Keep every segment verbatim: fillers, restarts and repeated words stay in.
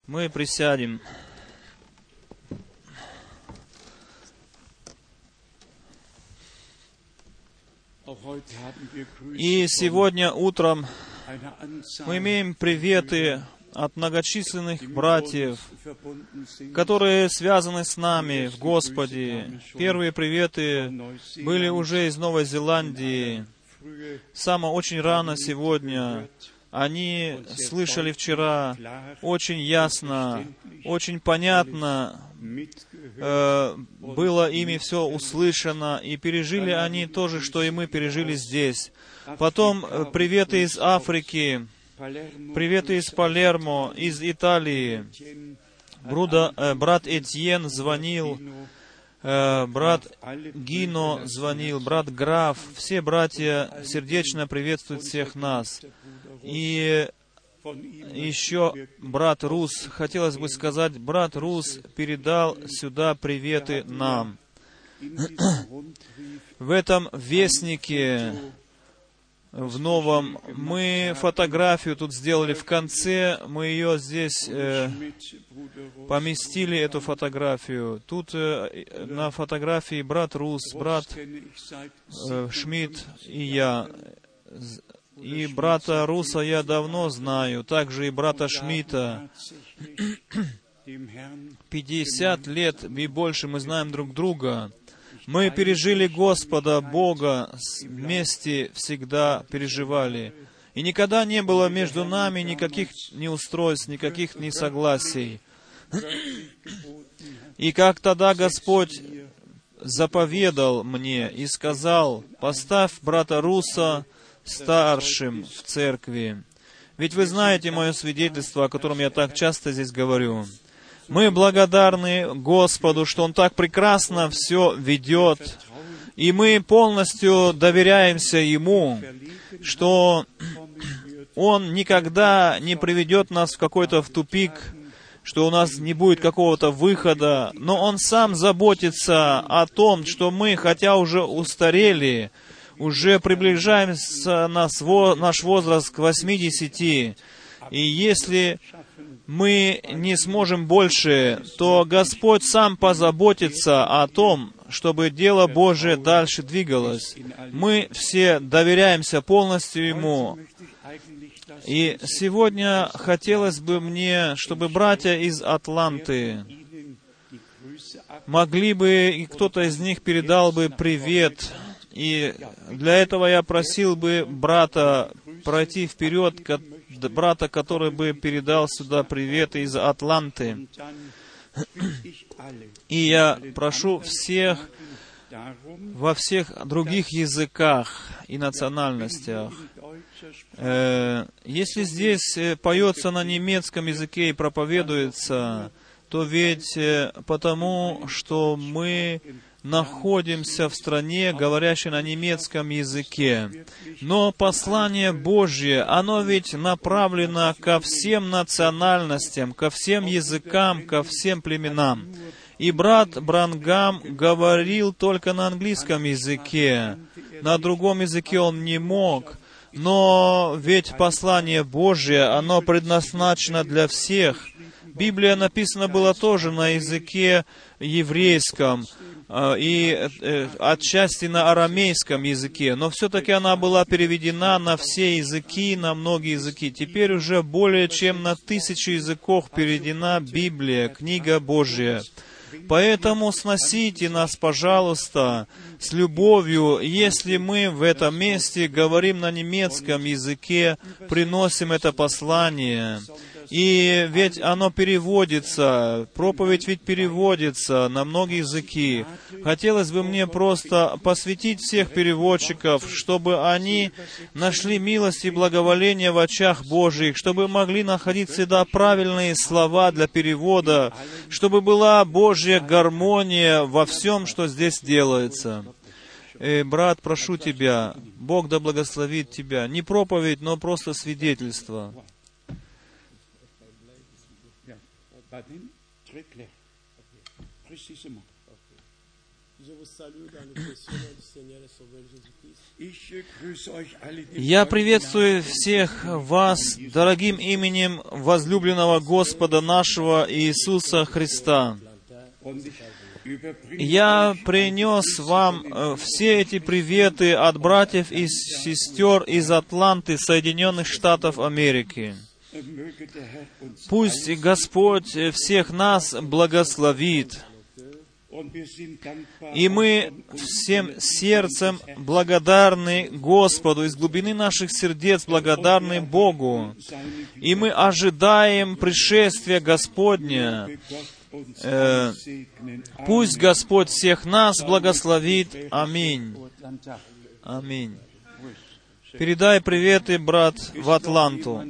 Мы присядем. И сегодня утром мы имеем приветы от многочисленных братьев, которые связаны с нами в Господе. Первые приветы были уже из Новой Зеландии. Само очень рано сегодня они слышали вчера очень ясно, очень понятно, э, было ими все услышано, и пережили они то же, что и мы пережили здесь. Потом э, приветы из Африки, приветы из Палермо, из Италии. Бруда, э, брат Этьен звонил, э, брат Гино звонил, брат Граф. Все братья сердечно приветствуют всех нас. И еще брат Рус, хотелось бы сказать, брат Рус передал сюда приветы нам. В этом вестнике, в новом, мы фотографию тут сделали в конце, мы ее здесь э, поместили, эту фотографию. Тут э, на фотографии брат Рус, брат э, Шмидт и я. И брата Руса я давно знаю, также и брата Шмидта. Пятьдесят лет и больше мы знаем друг друга. Мы пережили Господа, Бога, вместе всегда переживали. И никогда не было между нами никаких неустройств, никаких несогласий. И как тогда Господь заповедал мне и сказал: «Поставь брата Руса старшим в церкви». Ведь вы знаете мое свидетельство, о котором я так часто здесь говорю. Мы благодарны Господу, что Он так прекрасно все ведет, и мы полностью доверяемся Ему, что Он никогда не приведет нас в какой-то в тупик, что у нас не будет какого-то выхода, но Он сам заботится о том, что мы, хотя уже устарели, уже приближаемся нас, наш возраст к восьмидесяти, и если мы не сможем больше, то Господь сам позаботится о том, чтобы дело Божие дальше двигалось. Мы все доверяемся полностью Ему. И сегодня хотелось бы мне, чтобы братья из Атланты могли бы, и кто-то из них передал бы привет. И для этого я просил бы брата пройти вперед, брата, который бы передал сюда привет из Атланты. И я прошу всех во всех других языках и национальностях. Если здесь поется на немецком языке и проповедуется, то ведь потому, что мы находимся в стране, говорящей на немецком языке. Но послание Божье, оно ведь направлено ко всем национальностям, ко всем языкам, ко всем племенам. И брат Бранхам говорил только на английском языке, на другом языке он не мог. Но ведь послание Божье, оно предназначено для всех. Библия написана была тоже на языке еврейском, и э, отчасти на арамейском языке, но все-таки она была переведена на все языки, на многие языки. Теперь уже более чем на тысячу языков переведена Библия, книга Божья. Поэтому сносите нас, пожалуйста, с любовью, если мы в этом месте говорим на немецком языке, приносим это послание. И ведь оно переводится, проповедь ведь переводится на многие языки. Хотелось бы мне просто посвятить всех переводчиков, чтобы они нашли милость и благоволение в очах Божьих, чтобы могли находить всегда правильные слова для перевода, чтобы была Божья гармония во всем, что здесь делается. Э, брат, прошу тебя, Бог да благословит тебя. Не проповедь, но просто свидетельство. Я приветствую всех вас дорогим именем возлюбленного Господа нашего Иисуса Христа. Я принес вам все эти приветы от братьев и сестер из Атланты, Соединенных Штатов Америки. Пусть Господь всех нас благословит. И мы всем сердцем благодарны Господу, из глубины наших сердец благодарны Богу. И мы ожидаем пришествия Господня. Э, пусть Господь всех нас благословит. Аминь. Аминь. Передай приветы, брат, в Атланту.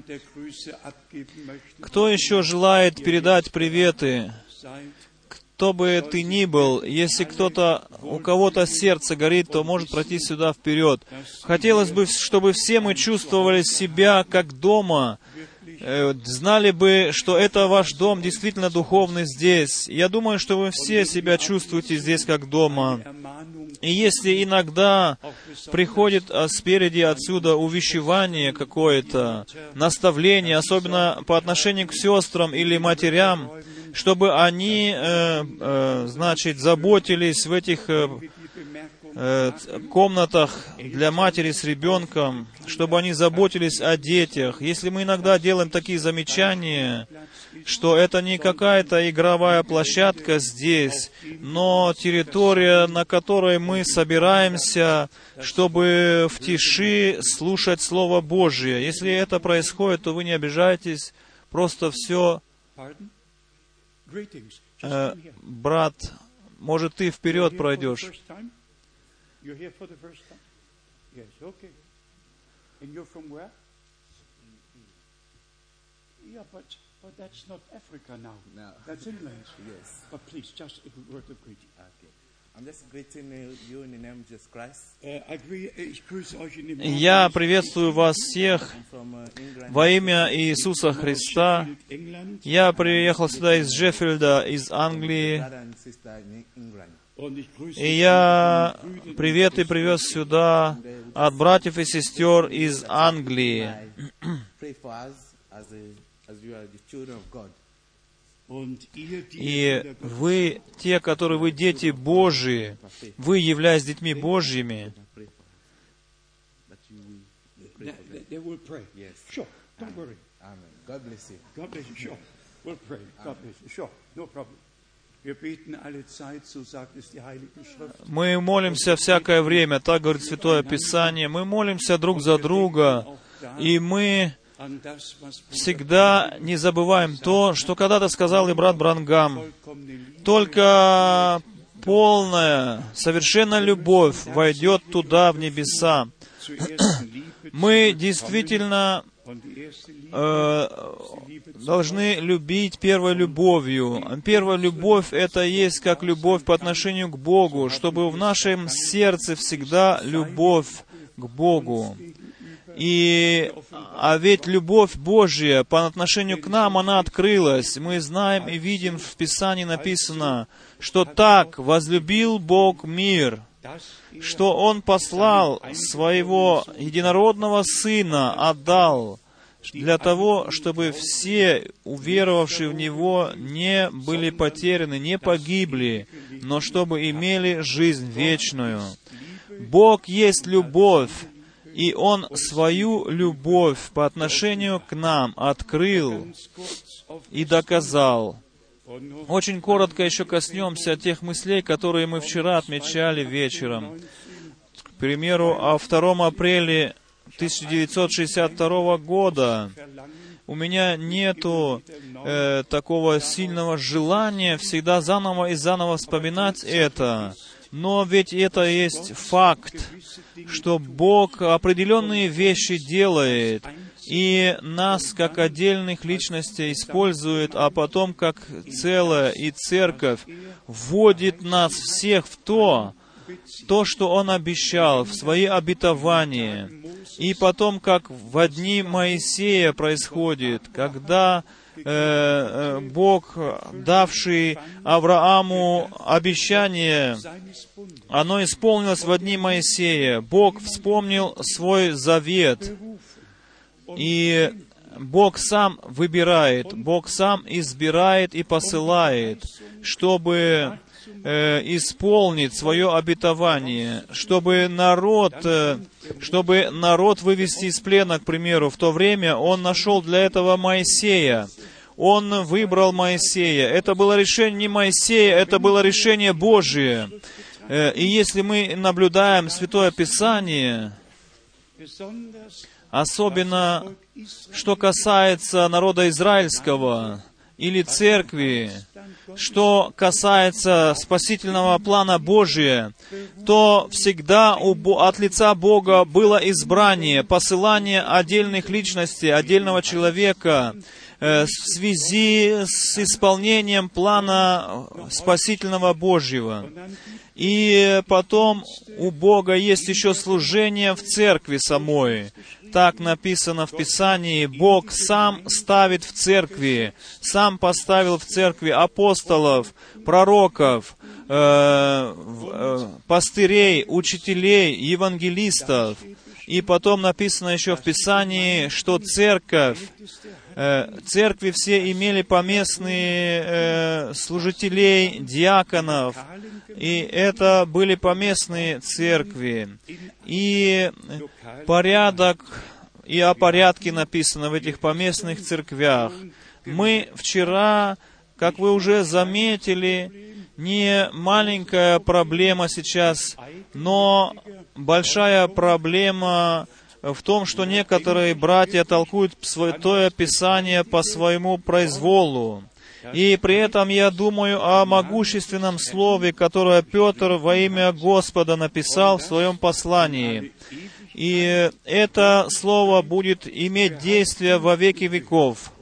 Кто еще желает передать приветы? Кто бы ты ни был, если кто-то, у кого-то сердце горит, то может пройти сюда вперед. Хотелось бы, чтобы все мы чувствовали себя как дома, э, знали бы, что это ваш дом действительно духовный здесь. Я думаю, что вы все себя чувствуете здесь как дома. И если иногда приходит а спереди отсюда увещевание какое-то, наставление, особенно по отношению к сестрам или матерям, чтобы они, э, э, значит, заботились в этих э, э, комнатах для матери с ребенком, чтобы они заботились о детях. Если мы иногда делаем такие замечания, что это не какая-то игровая площадка здесь, но территория, на которой мы собираемся, чтобы в тиши слушать Слово Божие. Если это происходит, то вы не обижайтесь, просто все... Э, брат, может, ты вперед пройдешь? But that's not Africa now. No. That's England. Yes. But please, just a word of greeting. Okay. I'm just greeting you in the name of Jesus Christ. Я приветствую вас всех во имя Иисуса Христа. Я приехал сюда из Шеффилда, из Англии. И я приветы привез сюда от братьев и сестер из Англии. И вы, те, которые вы дети Божии, вы, являясь детьми Божьими, мы молимся всякое время, так говорит Святое Писание, мы молимся друг за друга, и мы всегда не забываем то, что когда-то сказал и брат Бранхам. Только полная, совершенная любовь войдет туда, в небеса. Мы действительно э, должны любить первой любовью. Первая любовь — это есть как любовь по отношению к Богу, чтобы в нашем сердце всегда любовь к Богу. И, а ведь любовь Божья по отношению к нам, она открылась. Мы знаем и видим, в Писании написано, что так возлюбил Бог мир, что Он послал Своего единородного Сына, отдал, для того, чтобы все, уверовавшие в Него, не были потеряны, не погибли, но чтобы имели жизнь вечную. Бог есть любовь, и Он свою любовь по отношению к нам открыл и доказал. Очень коротко еще коснемся тех мыслей, которые мы вчера отмечали вечером. К примеру, о втором апреля тысяча девятьсот шестьдесят второго года у меня нету э, такого сильного желания всегда заново и заново вспоминать это. Но ведь это есть факт, что Бог определенные вещи делает, и нас, как отдельных личностей, использует, а потом, как целое и церковь, вводит нас всех в то, то, что Он обещал, в свои обетования. И потом, как в дни Моисея происходит, когда э, Бог, давший Аврааму обещание, оно исполнилось в дни Моисея. Бог вспомнил свой завет, и Бог сам выбирает, Бог сам избирает и посылает, чтобы э, исполнить свое обетование, чтобы народ, э, чтобы народ вывести из плена, к примеру. В то время Он нашел для этого Моисея. Он выбрал Моисея. Это было решение не Моисея, это было решение Божие. Э, и если мы наблюдаем Святое Писание, особенно что касается народа израильского или церкви, что касается спасительного плана Божия, то всегда от лица Бога было избрание, посылание отдельных личностей, отдельного человека в связи с исполнением плана спасительного Божьего. И потом у Бога есть еще служение в церкви самой. Так написано в Писании, Бог сам ставит в церкви, сам поставил в церкви апостолов, пророков, э, э, пастырей, учителей, евангелистов. И потом написано еще в Писании, что церковь, э, церкви все имели поместные э, служителей, диаконов, и это были поместные церкви. И порядок, и о порядке написано в этих поместных церквях. Мы вчера, как вы уже заметили, не маленькая проблема сейчас, но большая проблема в том, что некоторые братья толкуют Святое Писание по своему произволу. И при этом я думаю о могущественном слове, которое Петр во имя Господа написал в своем послании. И это слово будет иметь действие во веки веков.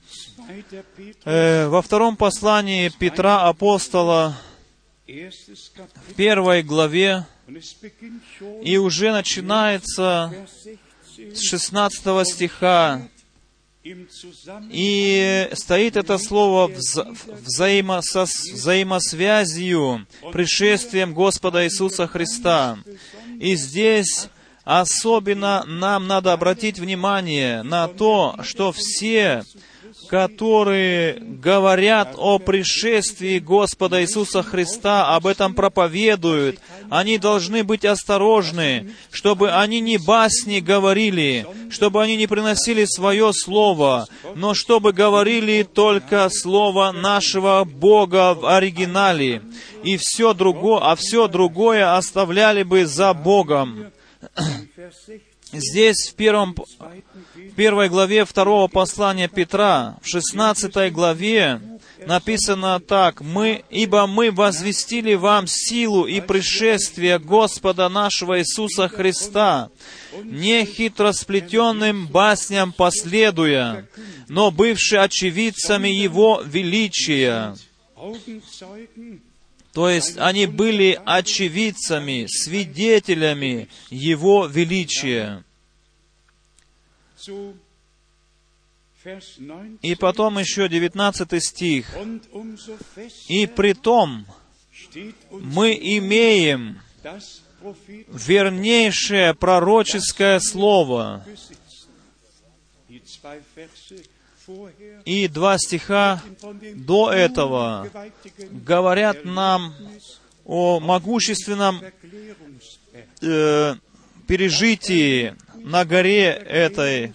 Э, во втором послании Петра апостола, в первой главе, и уже начинается с шестнадцатого стиха, и стоит это слово вза- взаимо- со взаимосвязью, пришествием Господа Иисуса Христа. И здесь особенно нам надо обратить внимание на то, что все, которые говорят о пришествии Господа Иисуса Христа, об этом проповедуют, они должны быть осторожны, чтобы они не басни говорили, чтобы они не приносили свое слово, но чтобы говорили только слово нашего Бога в оригинале, и все другое, а все другое оставляли бы за Богом. Здесь в, первом, в первой главе второго послания Петра, в шестнадцатой главе, написано так: «Мы, ибо мы возвестили вам силу и пришествие Господа нашего Иисуса Христа, не хитросплетенным басням последуя, но бывши очевидцами Его величия». То есть они были очевидцами, свидетелями Его величия. И потом еще девятнадцатый стих. «И притом мы имеем вернейшее пророческое слово». И два стиха до этого говорят нам о могущественном э, пережитии на горе этой,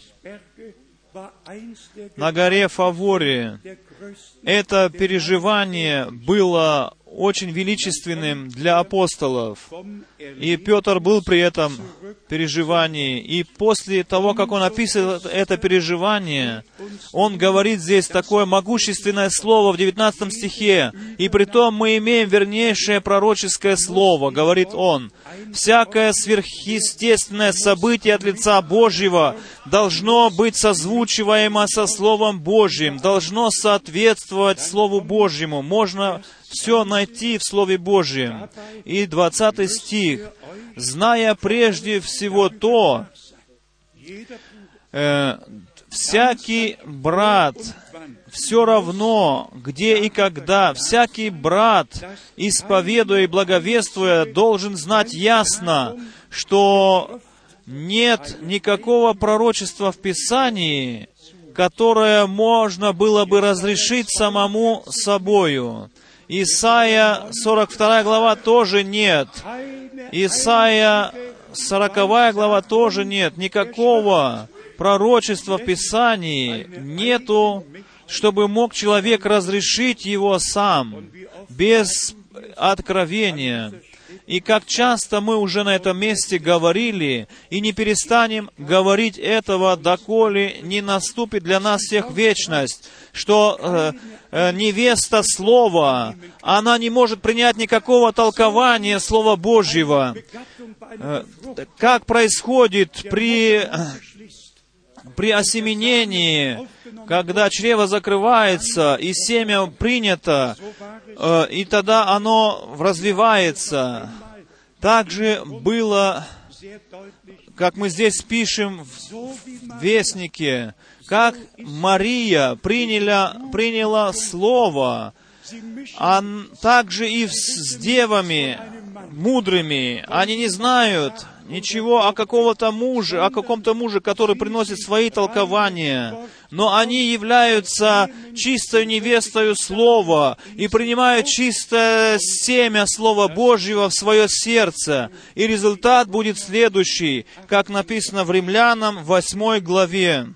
на горе Фаворе. Это переживание было очень величественным для апостолов. И Петр был при этом переживании. И после того, как он описывает это переживание, он говорит здесь такое могущественное слово в девятнадцатом стихе. «И притом мы имеем вернейшее пророческое слово», говорит он. «Всякое сверхъестественное событие от лица Божьего должно быть созвучиваемо со Словом Божьим, должно соответствовать Слову Божьему». Можно все найти в Слове Божьем. И двадцатый стих. «Зная прежде всего то, э, всякий брат, все равно, где и когда, всякий брат, исповедуя и благовествуя, должен знать ясно, что нет никакого пророчества в Писании, которое можно было бы разрешить самому собою. Исайя сорок вторая глава тоже нет. Исайя сороковая глава тоже нет. Никакого пророчества в Писании нету, чтобы мог человек разрешить его сам, без откровения. И как часто мы уже на этом месте говорили, и не перестанем говорить этого, доколе не наступит для нас всех вечность, что э, э, невеста Слова, она не может принять никакого толкования Слова Божьего. Э, как происходит при... При осеменении, когда чрево закрывается, и семя принято, э, и тогда оно развивается. Также было, как мы здесь пишем в Вестнике, как Мария приняла, приняла Слово, а также и с девами мудрыми. Они не знают ничего о какого-то муже, о каком-то муже, который приносит свои толкования, но они являются чистой невестою Слова и принимают чистое семя Слова Божьего в свое сердце. И результат будет следующий, как написано в Римлянам восьмой главе,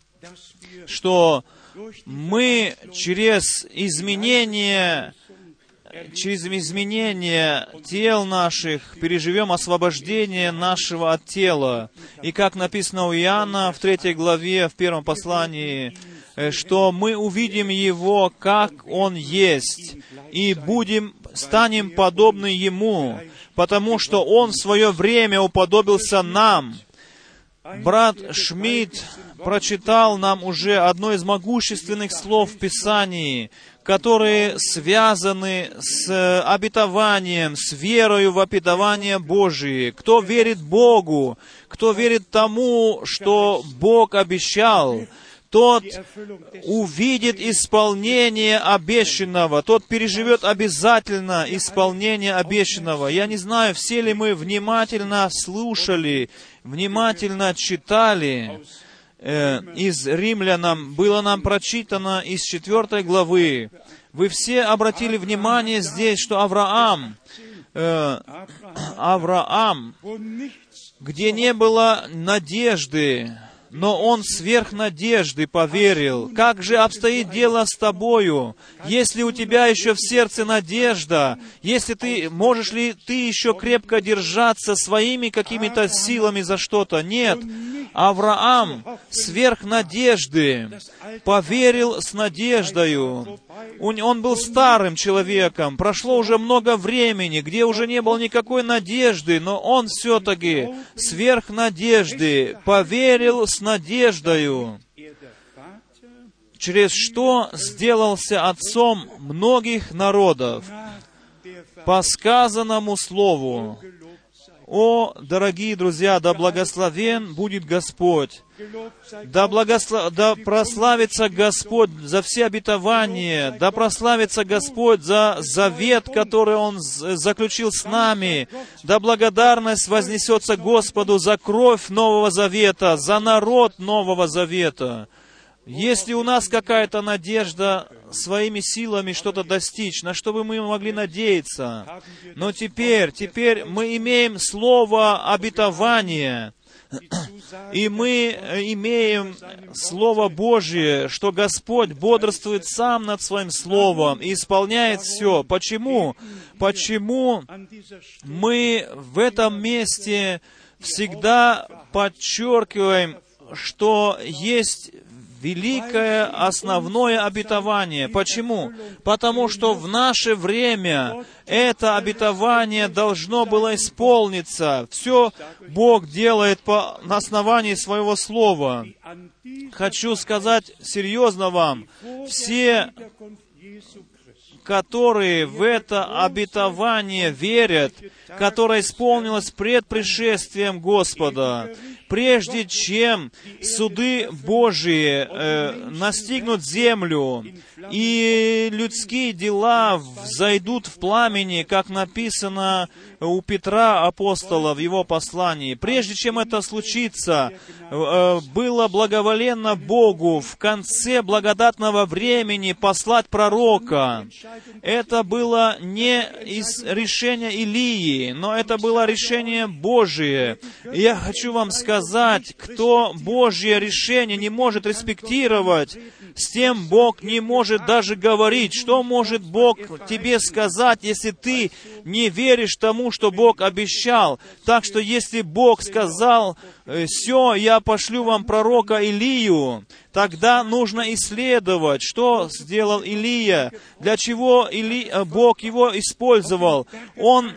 что мы через изменение через изменение тел наших переживем освобождение нашего от тела. И как написано у Иоанна в третьей главе, в первом послании, что мы увидим Его, как Он есть, и будем, станем подобны Ему, потому что Он в свое время уподобился нам. Брат Шмидт прочитал нам уже одно из могущественных слов в Писании, которые связаны с обетованием, с верою в обетование Божие. Кто верит Богу, кто верит тому, что Бог обещал, тот увидит исполнение обещанного, тот переживет обязательно исполнение обещанного. Я не знаю, все ли мы внимательно слушали, внимательно читали. Э, из Римлянам было нам прочитано из четвертой главы. Вы все обратили внимание здесь, что Авраам, э, Авраам, где не было надежды, но он сверх надежды поверил. Как же обстоит дело с тобою? Если у тебя еще в сердце надежда, если ты, можешь ли ты еще крепко держаться своими какими-то силами за что-то? Нет. Авраам сверх надежды поверил с надеждою. Он был старым человеком, прошло уже много времени, где уже не было никакой надежды, но он все-таки сверх надежды поверил с надеждою, через что сделался отцом многих народов, по сказанному слову. О, дорогие друзья, да благословен будет Господь, да, благослов... да прославится Господь за все обетования, да прославится Господь за завет, который Он заключил с нами, да благодарность вознесется Господу за кровь Нового Завета, за народ Нового Завета. Если у нас какая-то надежда своими силами что-то достичь, на что бы мы могли надеяться, но теперь, теперь мы имеем слово обетования, и мы имеем Слово Божие, что Господь бодрствует Сам над Своим Словом и исполняет все. Почему? Почему мы в этом месте всегда подчеркиваем, что есть великое основное обетование. Почему? Потому что в наше время это обетование должно было исполниться. Все Бог делает по, на основании Своего Слова. Хочу сказать серьезно вам, все которые в это обетование верят, которое исполнилось пред пришествием Господа, прежде чем суды Божии э, настигнут землю, и людские дела взойдут в пламени, как написано у Петра апостола в его послании. Прежде чем это случится, э, было благоволенно Богу в конце благодатного времени послать пророка. Это было не из решения Илии, но это было решение Божие. И я хочу вам сказать, кто Божье решение не может респектировать, с тем Бог не может даже говорить. Что может Бог тебе сказать, если ты не веришь тому, что Бог обещал? Так что если Бог сказал: «Все, я пошлю вам пророка Илию», тогда нужно исследовать, что сделал Илия, для чего Или... Бог его использовал. Он,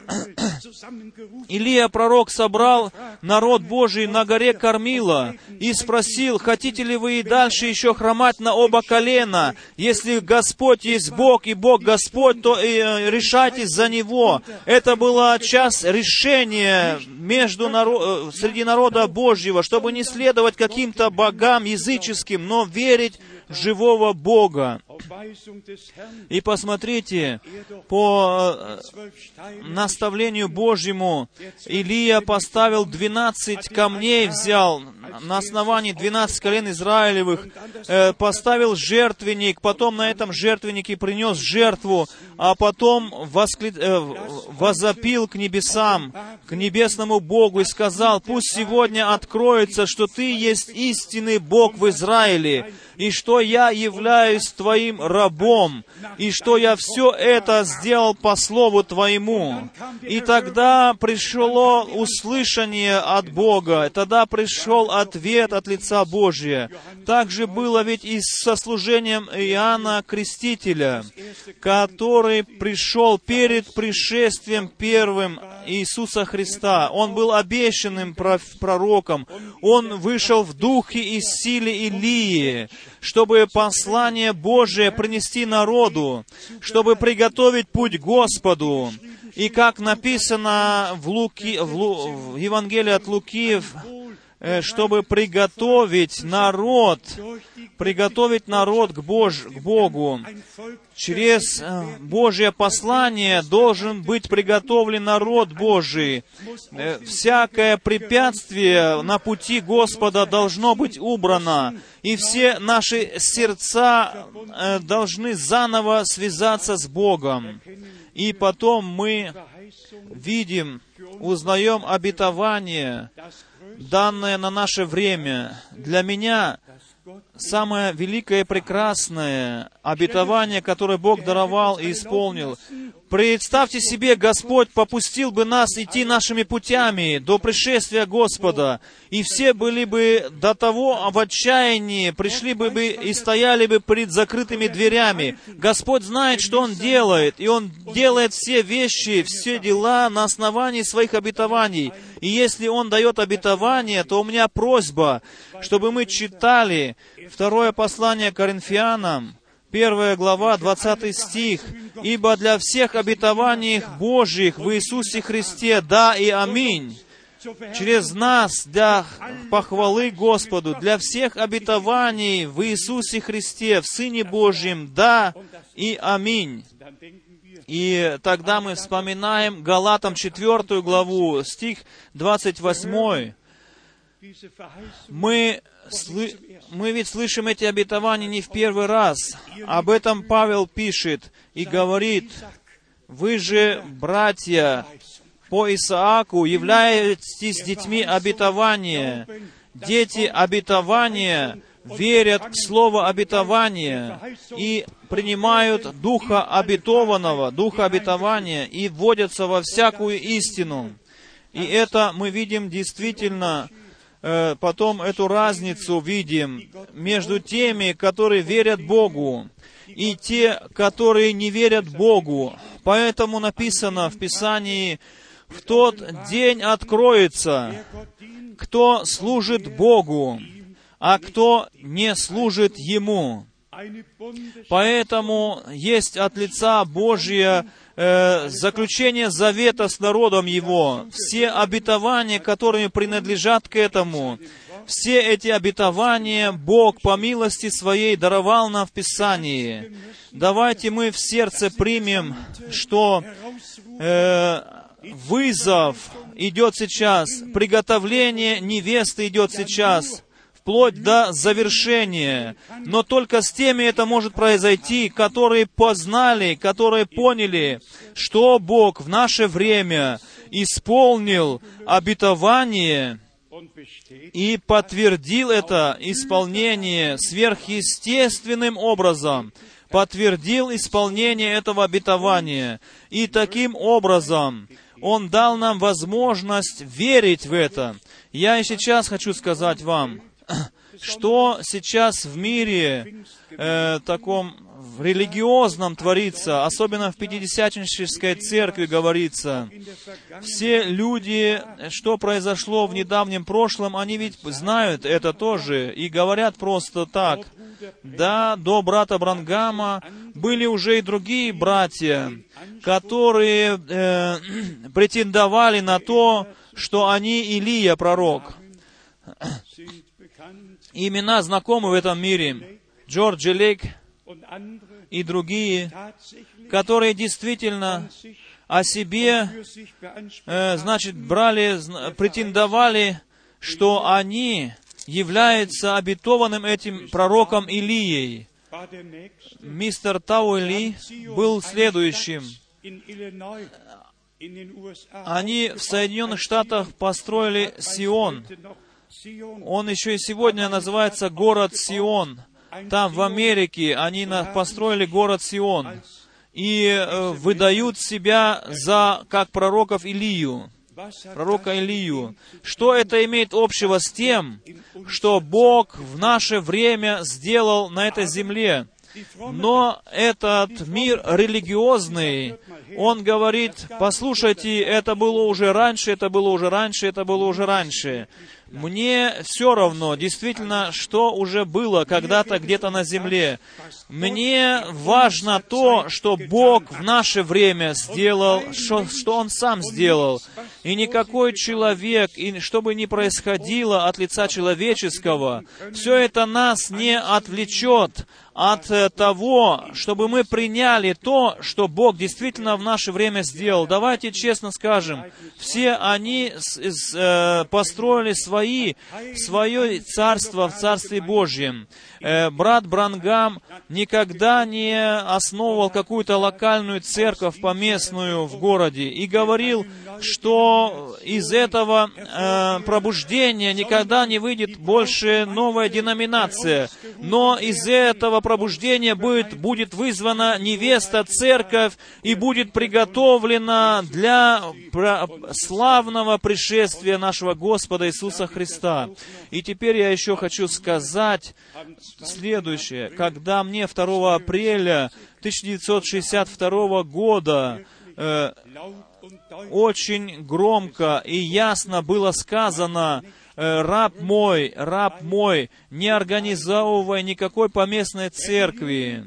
Илия, пророк, собрал народ Божий на горе Кормила и спросил: «Хотите ли вы и дальше еще хромать на оба колена? Если Господь есть Бог, и Бог Господь, то и решайтесь за Него». Это была часть решения между народ... среди народа Божьего, чтобы не следовать каким-то богам языческим, но верить в живого Бога. И посмотрите, по наставлению Божьему Илия поставил двенадцать камней, взял на основании двенадцати колен Израилевых, поставил жертвенник, потом на этом жертвеннике принес жертву, а потом воскле... возопил к небесам, к небесному Богу и сказал: «Пусть сегодня откроется, что Ты есть истинный Бог в Израиле, и что я являюсь Твоим рабом, и что я все это сделал по слову Твоему». И тогда пришло услышание от Бога, тогда пришел ответ от лица Божия. Так же было ведь и со служением Иоанна Крестителя, который пришел перед пришествием первым Иисуса Христа. Он был обещанным пророком. Он вышел в духе и силе Илии, чтобы послание Божие принести народу, чтобы приготовить путь Господу. И как написано в, Луки, в, Лу, в Евангелии от Луки, чтобы приготовить народ, приготовить народ к, Бож, к Богу. Через Божье послание должен быть приготовлен народ Божий. Всякое препятствие на пути Господа должно быть убрано. И все наши сердца должны заново связаться с Богом. И потом мы видим, узнаем обетование, данное на наше время. Для меня самое великое и прекрасное обетование, которое Бог даровал и исполнил. Представьте себе, Господь попустил бы нас идти нашими путями до пришествия Господа, и все были бы до того в отчаянии, пришли бы и стояли бы перед закрытыми дверями. Господь знает, что Он делает, и Он делает все вещи, все дела на основании своих обетований. И если Он дает обетование, то у меня просьба, чтобы мы читали второе послание к Коринфянам, первая глава, двадцатый стих. «Ибо для всех обетований Божьих в Иисусе Христе, да и аминь». Через нас для похвалы Господу, для всех обетований в Иисусе Христе, в Сыне Божьем, да и аминь. И тогда мы вспоминаем Галатам четвёртую главу, стих двадцать восьмой. Мы, слы... мы ведь слышим эти обетования не в первый раз. Об этом Павел пишет и говорит: «Вы же, братья, по Исааку являетесь детьми обетования. Дети обетования верят в слово обетования и принимают Духа обетованного, Духа обетования, и вводятся во всякую истину». И это мы видим действительно, э, потом эту разницу видим между теми, которые верят Богу, и те, которые не верят Богу. Поэтому написано в Писании: «В тот день откроется, кто служит Богу, а кто не служит Ему». Поэтому есть от лица Божия э, заключение завета с народом Его. Все обетования, которые принадлежат к этому, все эти обетования Бог по милости Своей даровал нам в Писании. Давайте мы в сердце примем, что э, вызов идет сейчас, приготовление невесты идет сейчас, вплоть до завершения. Но только с теми это может произойти, которые познали, которые поняли, что Бог в наше время исполнил обетование и подтвердил это исполнение сверхъестественным образом, подтвердил исполнение этого обетования. И таким образом Он дал нам возможность верить в это. Я и сейчас хочу сказать вам, что сейчас в мире э, таком в религиозном творится, особенно в Пятидесятнической церкви говорится. Все люди, что произошло в недавнем прошлом, они ведь знают это тоже и говорят просто так. Да, до брата Бранхама были уже и другие братья, которые э, претендовали на то, что они Илия, пророк. Имена знакомы в этом мире. Джордж Лейк и другие, которые действительно о себе, э, значит, брали, претендовали, что они являются обетованным этим пророком Илией. Мистер Тауэли был следующим. Они в Соединенных Штатах построили Сион. Он еще и сегодня называется город Сион. Там, в Америке, они построили город Сион. И э, выдают себя за, как пророков Илию. Пророка Илию. Что это имеет общего с тем, что Бог в наше время сделал на этой земле? Но этот мир религиозный, он говорит: послушайте, это было уже раньше, это было уже раньше, это было уже раньше. Мне все равно, действительно, что уже было когда-то где-то на земле. Мне важно то, что Бог в наше время сделал, что, что Он сам сделал. И никакой человек, и что бы ни происходило от лица человеческого, все это нас не отвлечет от того, чтобы мы приняли то, что Бог действительно в наше время сделал. Давайте честно скажем, все они с, с, э, построили свои, свое царство в Царстве Божьем. Э, брат Бранхам никогда не основывал какую-то локальную церковь поместную в городе и говорил, что из этого э, пробуждения никогда не выйдет больше новая деноминация, но из этого пробуждения будет, будет вызвана невеста, церковь, и будет приготовлена для славного пришествия нашего Господа Иисуса Христа. И теперь я еще хочу сказать следующее. Когда мне второго апреля тысяча девятьсот шестьдесят второго года э, очень громко и ясно было сказано: «Раб мой, раб мой, не организовывай никакой поместной церкви».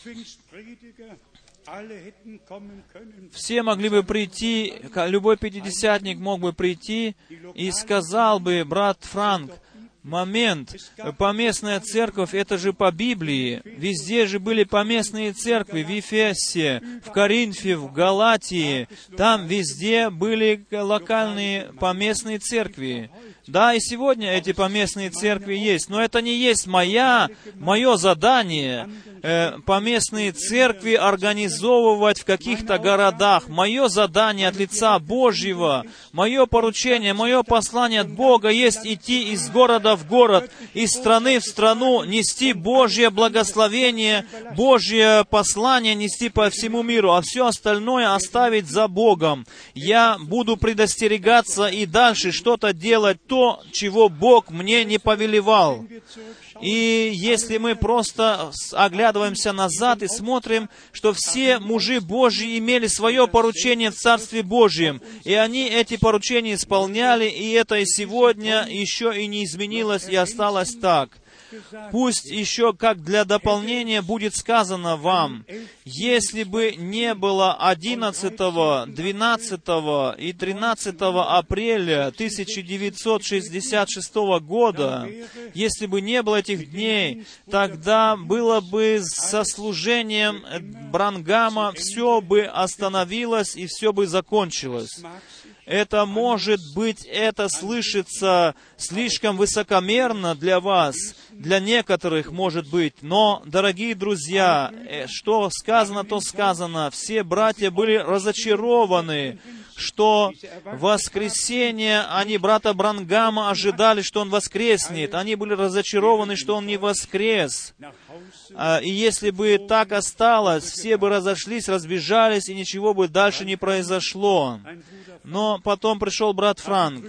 Все могли бы прийти, любой пятидесятник мог бы прийти и сказал бы: брат Франк, момент, поместная церковь, это же по Библии. Везде же были поместные церкви, в Ефесе, в Коринфе, в Галатии. Там везде были локальные поместные церкви. Да, и сегодня эти поместные церкви есть, но это не есть моя, мое задание, э, поместные церкви организовывать в каких-то городах. Мое задание от лица Божьего, мое поручение, мое послание от Бога есть идти из города в город, из страны в страну, нести Божье благословение, Божье послание нести по всему миру, а все остальное оставить за Богом. Я буду предостерегаться и дальше что-то делать, то, чего Бог мне не повелевал. И если мы просто оглядываемся назад и смотрим, что все мужи Божьи имели свое поручение в Царстве Божьем, и они эти поручения исполняли, и это и сегодня еще и не изменилось, и осталось так. Пусть еще как для дополнения будет сказано вам, если бы не было одиннадцатого, двенадцатого и тринадцатого апреля тысяча девятьсот шестьдесят шестого года, если бы не было этих дней, тогда было бы со служением Бранхама, все бы остановилось и все бы закончилось. Это может быть, это слышится слишком высокомерно для вас, для некоторых может быть, но, дорогие друзья, что сказано, то сказано. Все братья были разочарованы, что воскресенье, они брата Бранхама ожидали, что он воскреснет. Они были разочарованы, что он не воскрес. И если бы так осталось, все бы разошлись, разбежались, и ничего бы дальше не произошло. Но потом пришел брат Франк,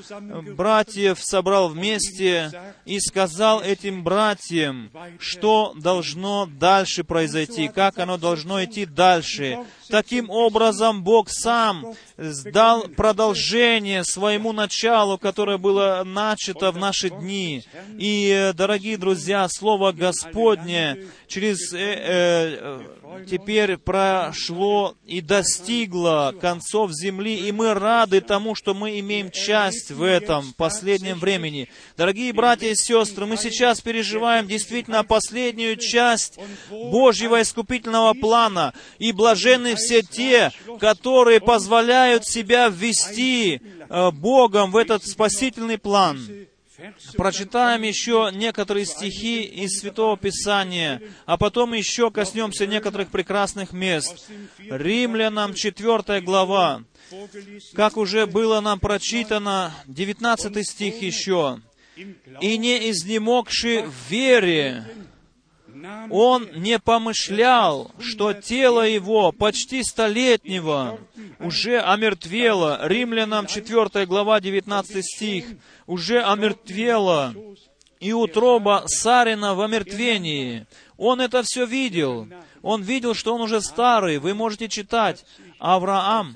братьев собрал вместе и сказал этим братьям, что должно дальше произойти, как оно должно идти дальше. Таким образом, Бог сам дал продолжение своему началу, которое было начато в наши дни. И, дорогие друзья, Слово Господне через э, э, теперь прошло и достигло концов земли, и мы рады тому, что мы имеем часть в этом последнем времени. Дорогие братья и сестры, мы сейчас переживаем действительно последнюю часть Божьего искупительного плана, и блаженны все те, которые позволяют себя ввести э, Богом в этот спасительный план. Прочитаем еще некоторые стихи из Святого Писания, а потом еще коснемся некоторых прекрасных мест. Римлянам четвёртая глава. Как уже было нам прочитано, девятнадцатый стих еще. «И не изнемогши в вере, он не помышлял, что тело его, почти столетнего, уже омертвело». Римлянам четвёртая глава, девятнадцатый стих. «Уже омертвело, и утроба Сарина в омертвении». Он это все видел. Он видел, что он уже старый. Вы можете читать. Авраам,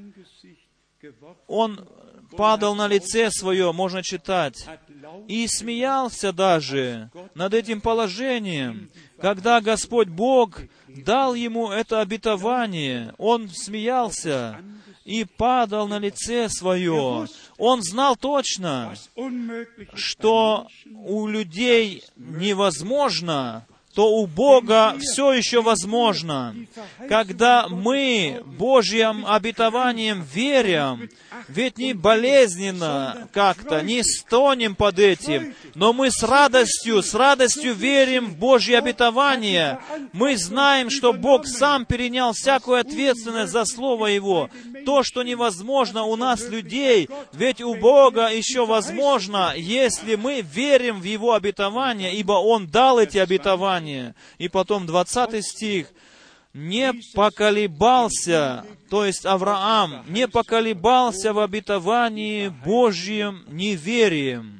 он падал на лице свое, можно читать, и смеялся даже над этим положением. Когда Господь Бог дал ему это обетование, он смеялся и падал на лице свое. Он знал точно, что у людей невозможно, то у Бога все еще возможно. Когда мы Божьим обетованием верим, ведь не болезненно как-то, не стонем под этим, но мы с радостью, с радостью верим в Божье обетование. Мы знаем, что Бог сам перенял всякую ответственность за Слово Его. То, что невозможно у нас, людей, ведь у Бога еще возможно, если мы верим в Его обетование, ибо Он дал эти обетования. И потом двадцатый стих. «Не поколебался», то есть Авраам, «не поколебался в обетовании Божьим неверием».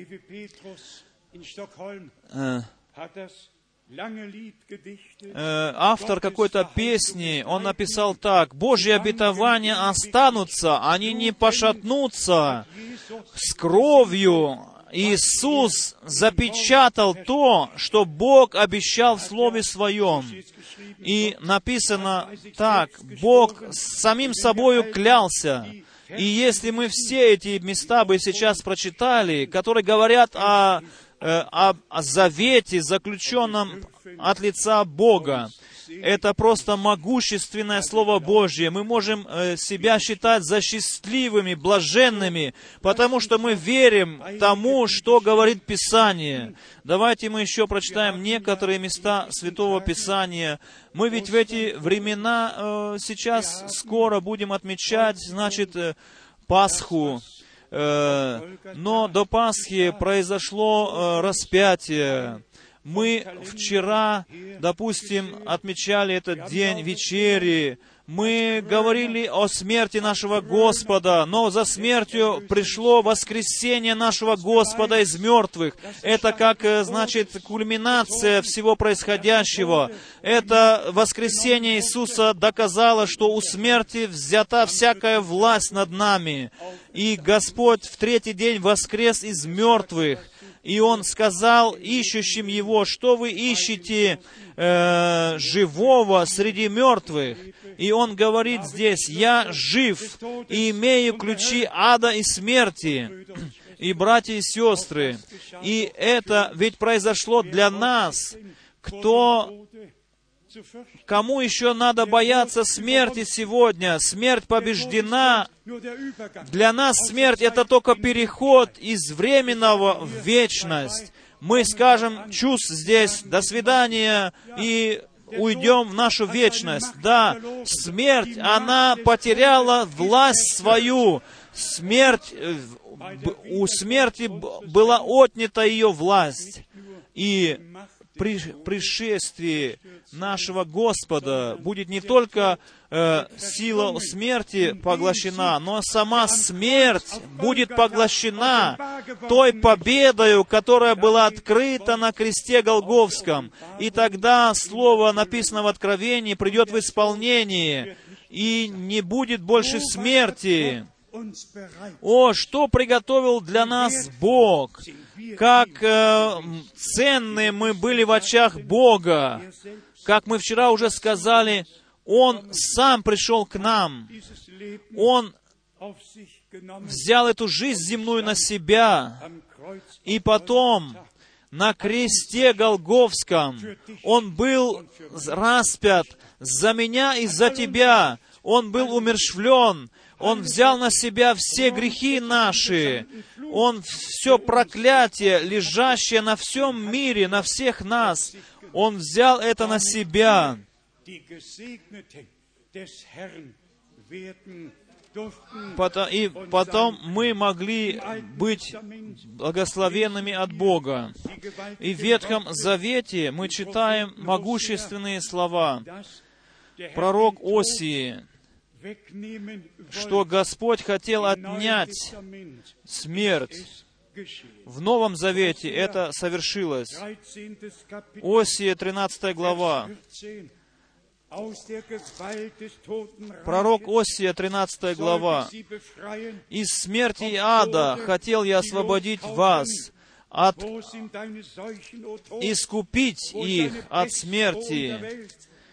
Автор какой-то песни, он написал так: «Божьи обетования останутся, они не пошатнутся. С кровью Иисус запечатал то, что Бог обещал в Слове Своем». И написано так: Бог с самим собою клялся. И если мы все эти места бы сейчас прочитали, которые говорят о, о, о завете, заключенном от лица Бога, это просто могущественное Слово Божье. Мы можем себя считать за счастливыми, блаженными, потому что мы верим тому, что говорит Писание. Давайте мы еще прочитаем некоторые места Святого Писания. Мы ведь в эти времена сейчас скоро будем отмечать, значит, Пасху. Но до Пасхи произошло распятие. Мы вчера, допустим, отмечали этот день вечери. Мы говорили о смерти нашего Господа, но за смертью пришло воскресение нашего Господа из мертвых. Это как, значит, кульминация всего происходящего. Это воскресение Иисуса доказало, что у смерти взята всякая власть над нами. И Господь в третий день воскрес из мертвых. И Он сказал ищущим Его: что вы ищете э, живого среди мертвых? И Он говорит здесь: я жив и имею ключи ада и смерти. И, братья и сестры, и это ведь произошло для нас, кто... Кому еще надо бояться смерти сегодня? Смерть побеждена. Для нас смерть — это только переход из временного в вечность. Мы скажем «чус» здесь, «до свидания» и уйдем в нашу вечность. Да, смерть, она потеряла власть свою. Смерть, у смерти была отнята ее власть. И при пришествии нашего Господа будет не только э, сила смерти поглощена, но сама смерть будет поглощена той победою, которая была открыта на кресте Голгофском. И тогда слово, написано в Откровении, придет в исполнение, и не будет больше смерти. О, что приготовил для нас Бог! Как э, ценны мы были в очах Бога! Как мы вчера уже сказали, Он сам пришел к нам. Он взял эту жизнь земную на себя. И потом на кресте Голгофском Он был распят за меня и за тебя. Он был умерщвлен. Он взял на себя все грехи наши. Он все проклятие, лежащее на всем мире, на всех нас, Он взял это на себя. И потом мы могли быть благословенными от Бога. И в Ветхом Завете мы читаем могущественные слова. Пророк Осии, что Господь хотел отнять смерть. В Новом Завете это совершилось. Осия, тринадцатая глава. Пророк Осия, тринадцатая глава. «Из смерти и ада хотел я освободить вас, от... искупить их от смерти».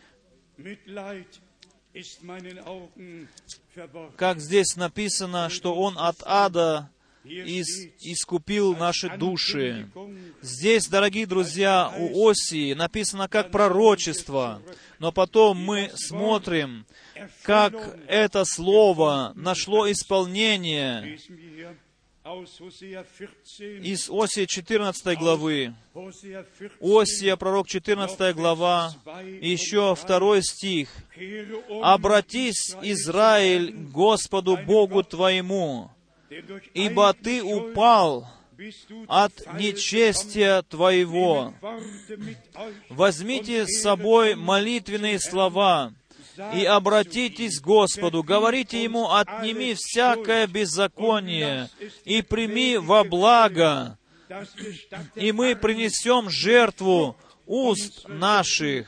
Как здесь написано, что Он от ада ис, искупил наши души. Здесь, дорогие друзья, у Осии написано как пророчество, но потом мы смотрим, как это слово нашло исполнение. Из Осии четырнадцатой главы. Осия, пророк, четырнадцатая глава, еще второй стих. «Обратись, Израиль, к Господу Богу твоему, ибо ты упал от нечестия твоего. Возьмите с собой молитвенные слова, и обратитесь к Господу, говорите Ему: отними всякое беззаконие, и прими во благо, и мы принесем жертву уст наших».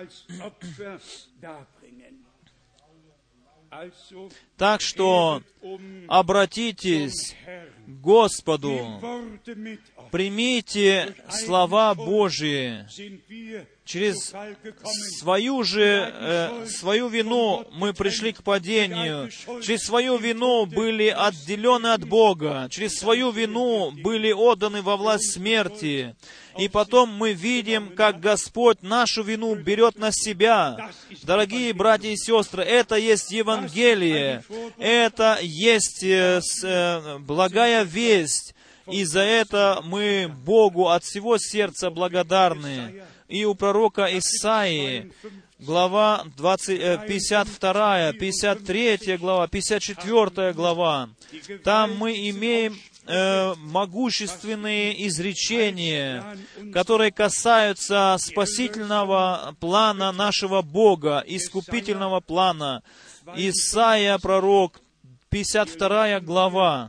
Так что обратитесь к Господу, примите слова Божьи. Через свою же, э, свою вину мы пришли к падению. Через свою вину были отделены от Бога. Через свою вину были отданы во власть смерти. И потом мы видим, как Господь нашу вину берет на себя. Дорогие братья и сестры, это есть Евангелие. Это есть э, с, э, благая весть. И за это мы Богу от всего сердца благодарны. И у пророка Исаии, глава двадцать, пятьдесят вторая, пятьдесят третья глава, пятьдесят четвёртая глава, там мы имеем э, могущественные изречения, которые касаются спасительного плана нашего Бога, искупительного плана. Исаия, пророк, пятьдесят вторая глава.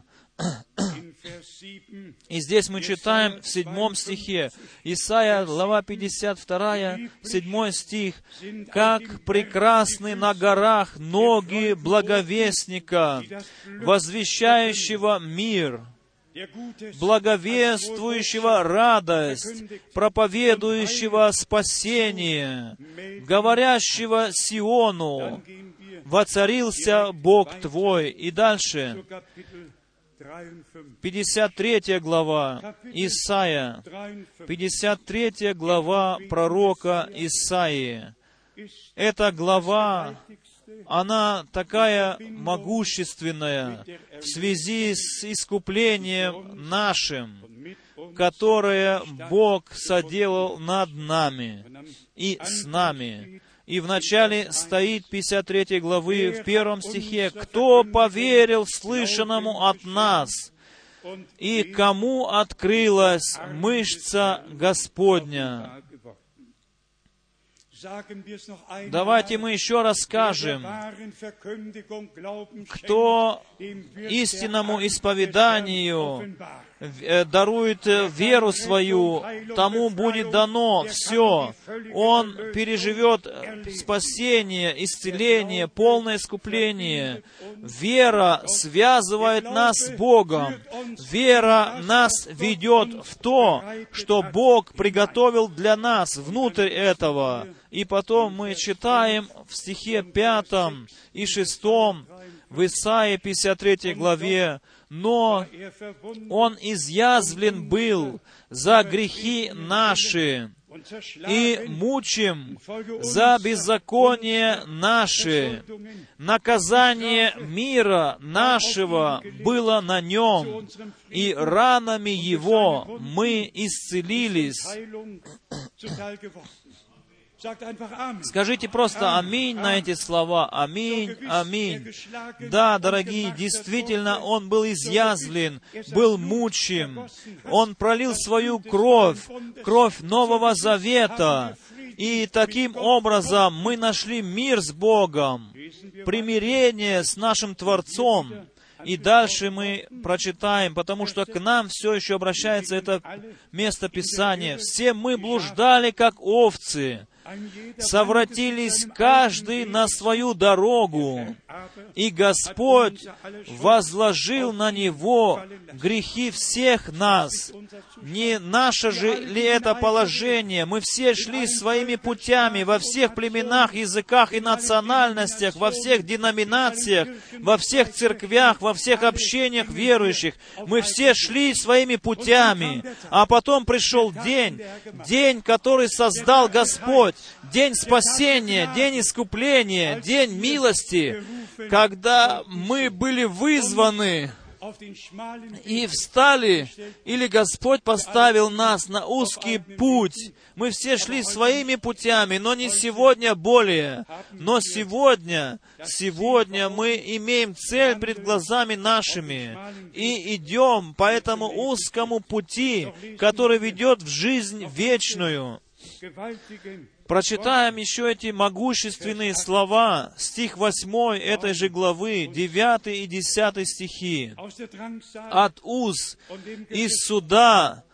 И здесь мы читаем в седьмом стихе, Исайя, глава пятьдесят вторая, седьмой стих, «Как прекрасны на горах ноги благовестника, возвещающего мир». благовествующего радость, проповедующего спасение, говорящего Сиону: воцарился Бог твой. И дальше, пятьдесят третья глава Исаия, пятьдесят третья глава пророка Исаии. Эта глава, она такая могущественная в связи с искуплением нашим, которое Бог соделал над нами и с нами. И в начале стоит пятьдесят третьей главы в первом стихе: «Кто поверил слышанному от нас, и кому открылась мышца Господня?» Давайте мы еще раз скажем: кто истинному исповеданию дарует веру свою, тому будет дано все. Он переживет спасение, исцеление, полное искупление. Вера связывает нас с Богом. Вера нас ведет в то, что Бог приготовил для нас внутрь этого. И потом мы читаем в стихе пятом и шестом в Исаии пятьдесят третьей главе: «Но Он изъязвлен был за грехи наши, и мучим за беззаконие наши. Наказание мира нашего было на Нем, и ранами Его мы исцелились». Скажите просто «Аминь» на эти слова. Аминь, аминь. Да, дорогие, действительно, Он был изъязвлен, был мучим. Он пролил свою кровь, кровь Нового Завета. И таким образом мы нашли мир с Богом, примирение с нашим Творцом. И дальше мы прочитаем, потому что к нам все еще обращается это место Писания. «Все мы блуждали, как овцы, совратились каждый на свою дорогу, и Господь возложил на Него грехи всех нас». Не наше же ли это положение? Мы все шли своими путями во всех племенах, языках и национальностях, во всех деноминациях, во всех церквях, во всех общениях верующих. Мы все шли своими путями, а потом пришел день, день, который создал Господь, день спасения, день искупления, день милости, когда мы были вызваны и встали, или Господь поставил нас на узкий путь. Мы все шли своими путями, но не сегодня более. Но сегодня, сегодня мы имеем цель пред глазами нашими и идем по этому узкому пути, который ведет в жизнь вечную. Прочитаем еще эти могущественные слова, стих восьмой этой же главы, девятый и десятый стихи. «От уз и суда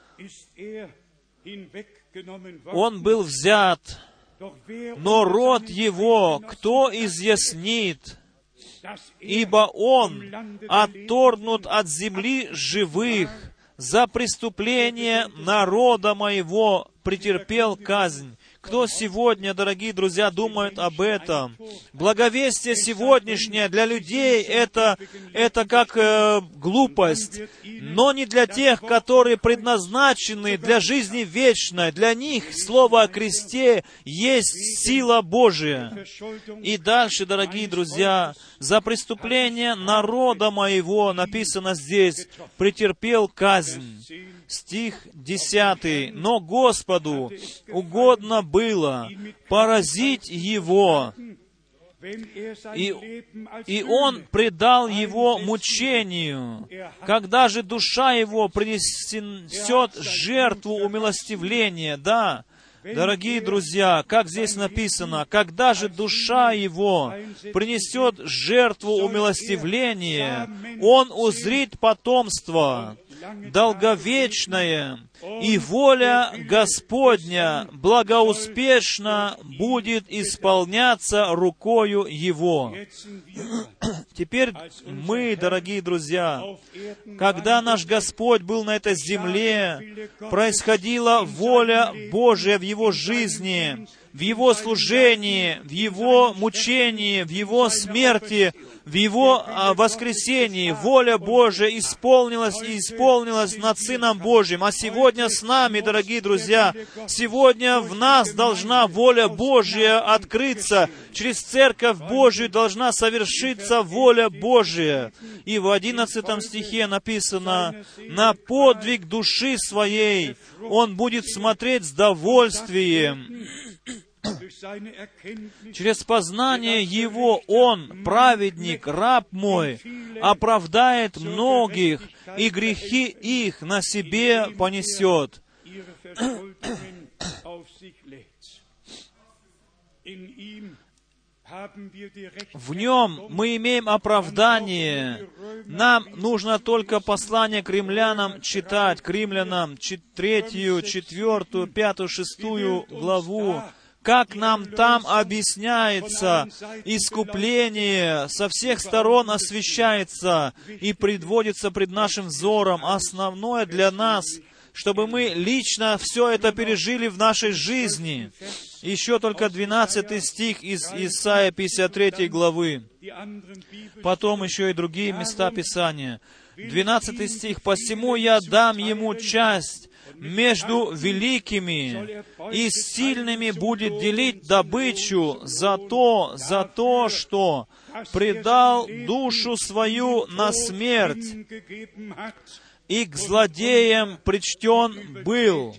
Он был взят, но род Его кто изъяснит? Ибо Он отторгнут от земли живых, за преступление народа моего претерпел казнь». Кто сегодня, дорогие друзья, думает об этом? Благовестие сегодняшнее для людей это, это как э, глупость, но не для тех, которые предназначены для жизни вечной. Для них Слово о кресте есть сила Божия. И дальше, дорогие друзья, за преступление народа моего, написано здесь, претерпел казнь. Стих десятый. «Но Господу угодно было поразить его, и, и Он предал его мучению. Когда же душа его принесет жертву умилостивления». Да, дорогие друзья, как здесь написано, когда же душа его принесет жертву умилостивления, он узрит потомство. долговечное, и воля Господня благоуспешно будет исполняться рукою Его. Теперь мы, дорогие друзья, когда наш Господь был на этой земле, происходила воля Божия в Его жизни, в Его служении, в Его мучении, в Его смерти, в Его воскресении. Воля Божия исполнилась и исполнилась над Сыном Божьим. А сегодня с нами, дорогие друзья, сегодня в нас должна воля Божья открыться. Через Церковь Божию должна совершиться воля Божия. И в одиннадцатом стихе написано: «На подвиг души своей он будет смотреть с довольствием». Через познание Его Он, праведник, раб мой, оправдает многих, и грехи их на себе понесет. В Нем мы имеем оправдание. Нам нужно только послание к римлянам читать, к римлянам, третью, четвертую, пятую, шестую главу. Как нам там объясняется искупление, со всех сторон освещается и предводится пред нашим взором. Основное для нас, чтобы мы лично все это пережили в нашей жизни. Еще только двенадцатый стих из Исаии пятьдесят третьей главы. Потом еще и другие места Писания. двенадцатый стих. «Посему я дам ему часть между великими, и с сильными будет делить добычу за то, за то, что предал душу свою на смерть, и к злодеям причтен был,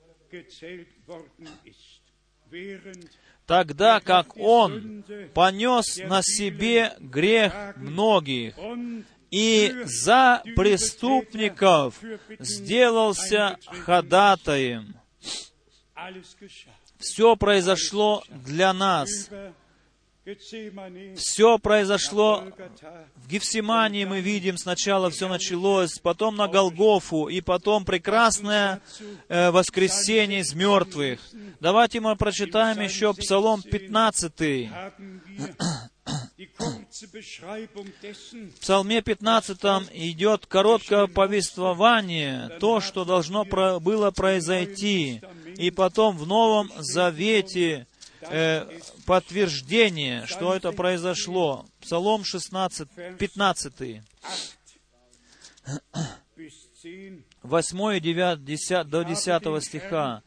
тогда как он понес на себе грех многих, и за преступников сделался ходатаем». Все произошло для нас. Все произошло в Гефсимании, мы видим, сначала все началось, потом на Голгофу, и потом прекрасное э, воскресение из мертвых. Давайте мы прочитаем еще Псалом пятнадцатый. В Псалме пятнадцатом идет короткое повествование, то, что должно про, было произойти, и потом в Новом Завете э, подтверждение, что это произошло. Псалом шестнадцать, пятнадцатый, восьмой до десятого стиха.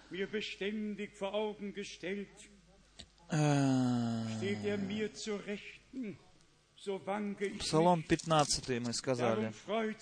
Псалом пятнадцатый мы сказали.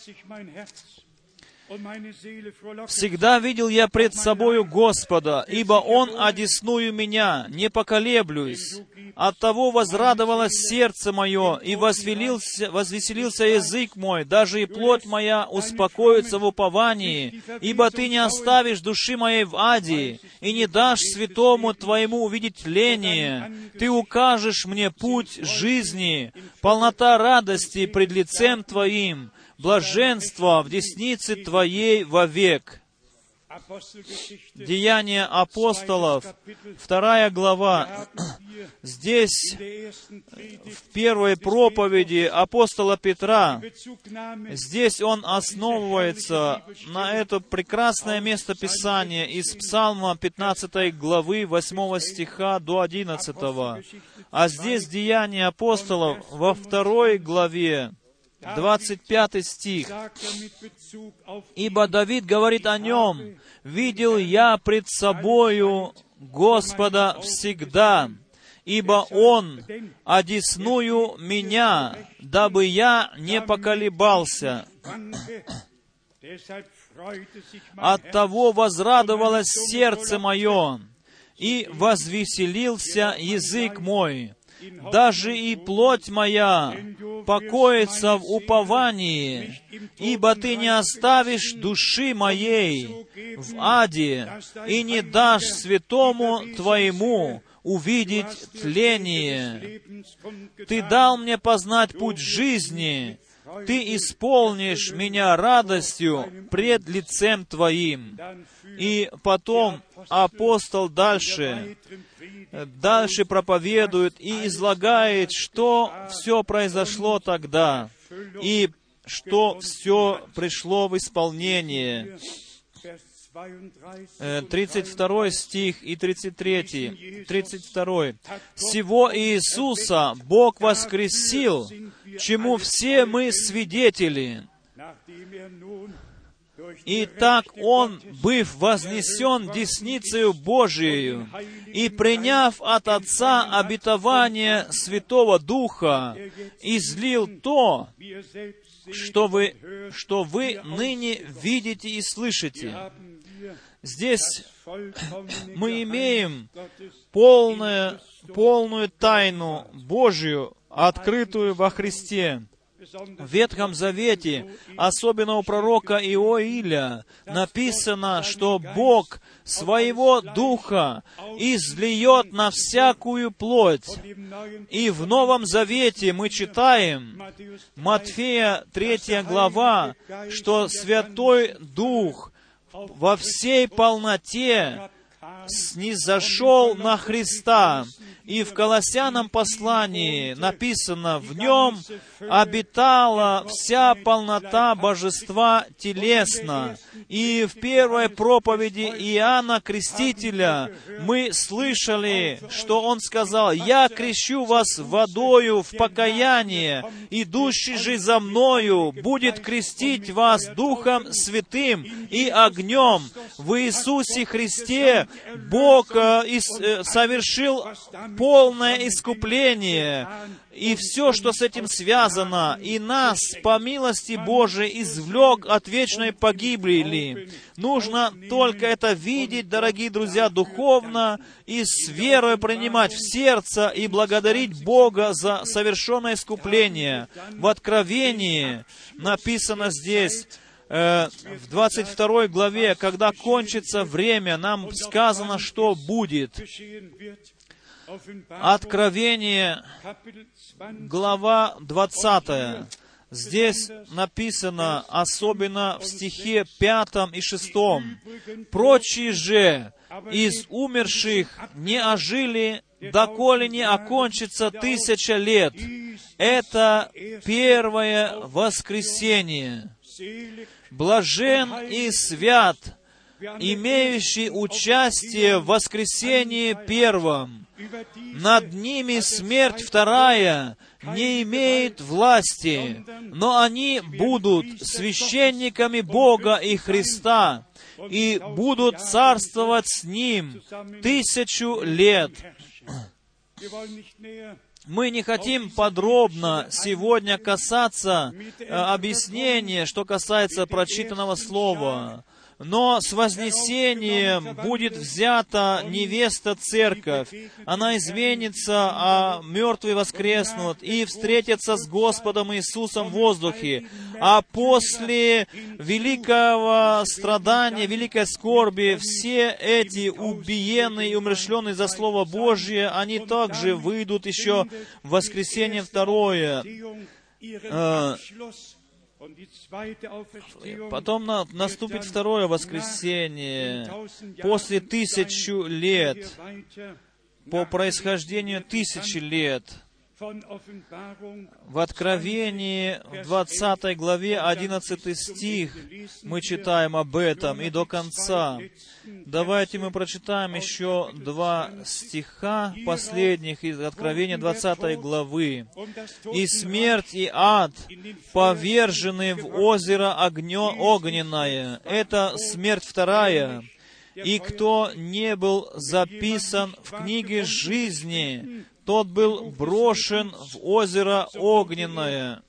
«Всегда видел я пред собою Господа, ибо Он одесную меня, не поколеблюсь. Оттого возрадовалось сердце мое, и возвелился, возвеселился язык мой, даже и плоть моя успокоится в уповании, ибо Ты не оставишь души моей в аде, и не дашь святому Твоему увидеть тление. Ты укажешь мне путь жизни, полнота радости пред лицем Твоим, блаженство в деснице Твоей вовек». Деяния апостолов, вторая глава. Здесь, в первой проповеди апостола Петра, здесь он основывается на это прекрасное место Писания из Псалма пятнадцатой главы, восьмого стиха до одиннадцатого. А здесь Деяния апостолов во второй главе, двадцать пятый стих. «Ибо Давид говорит о нем: видел я пред собою Господа всегда, ибо Он одесную меня, дабы я не поколебался. Оттого возрадовалось сердце мое, и возвеселился язык мой. Даже и плоть моя покоится в уповании, ибо Ты не оставишь души моей в аде, и не дашь святому Твоему увидеть тление. Ты дал мне познать путь жизни, Ты исполнишь меня радостью пред лицем Твоим. И потом апостол дальше, дальше проповедует и излагает, что все произошло тогда, и что все пришло в исполнение. тридцать второй стих и тридцать третий. тридцать второй. «Сего Иисуса Бог воскресил, чему все мы свидетели. И так Он, быв вознесен десницею Божией, и приняв от Отца обетование Святого Духа, излил то, что вы, что вы ныне видите и слышите». Здесь мы имеем полную, полную тайну Божию, открытую во Христе. В Ветхом Завете, особенно у пророка Иоиля, написано, что Бог Своего Духа излиет на всякую плоть. И в Новом Завете мы читаем, Матфея третья глава, что Святой Дух во всей полноте снизошел на Христа. И в Колоссянам послании написано, в Нем обитала вся полнота Божества телесно. И в первой проповеди Иоанна Крестителя мы слышали, что он сказал, «Я крещу вас водою в покаяние, идущий же за Мною будет крестить вас Духом Святым и огнем». В Иисусе Христе Бог совершил полное искупление, и все, что с этим связано, и нас, по милости Божией, извлек от вечной погибели. Нужно только это видеть, дорогие друзья, духовно, и с верой принимать в сердце, и благодарить Бога за совершенное искупление. В Откровении написано здесь, в двадцать второй главе, когда кончится время, нам сказано, что будет. Откровение, глава двадцатая. Здесь написано, особенно в стихе пятом и шестом, «Прочие же из умерших не ожили, доколе не окончится тысяча лет». Это первое воскресение. Блажен и свят, имеющий участие в воскресении первом. Над ними смерть вторая не имеет власти, но они будут священниками Бога и Христа и будут царствовать с Ним тысячу лет. Мы не хотим подробно сегодня касаться э, объяснения, что касается прочитанного слова. Но с вознесением будет взята невеста церковь. Она изменится, а мертвые воскреснут и встретятся с Господом Иисусом в воздухе. А после великого страдания, великой скорби, все эти убиенные и умерщвленные за Слово Божье, они также выйдут еще в воскресенье второе. Потом на, наступит второе воскресенье, после тысячу лет, по происхождению тысячи лет. В Откровении, в двадцатой главе, одиннадцатый стих, мы читаем об этом и до конца. Давайте мы прочитаем еще два стиха последних из Откровения двадцатой главы. «И смерть, и ад повержены в озеро огнё огненное». Это смерть вторая. «И кто не был записан в книге жизни, тот был брошен в озеро огненное».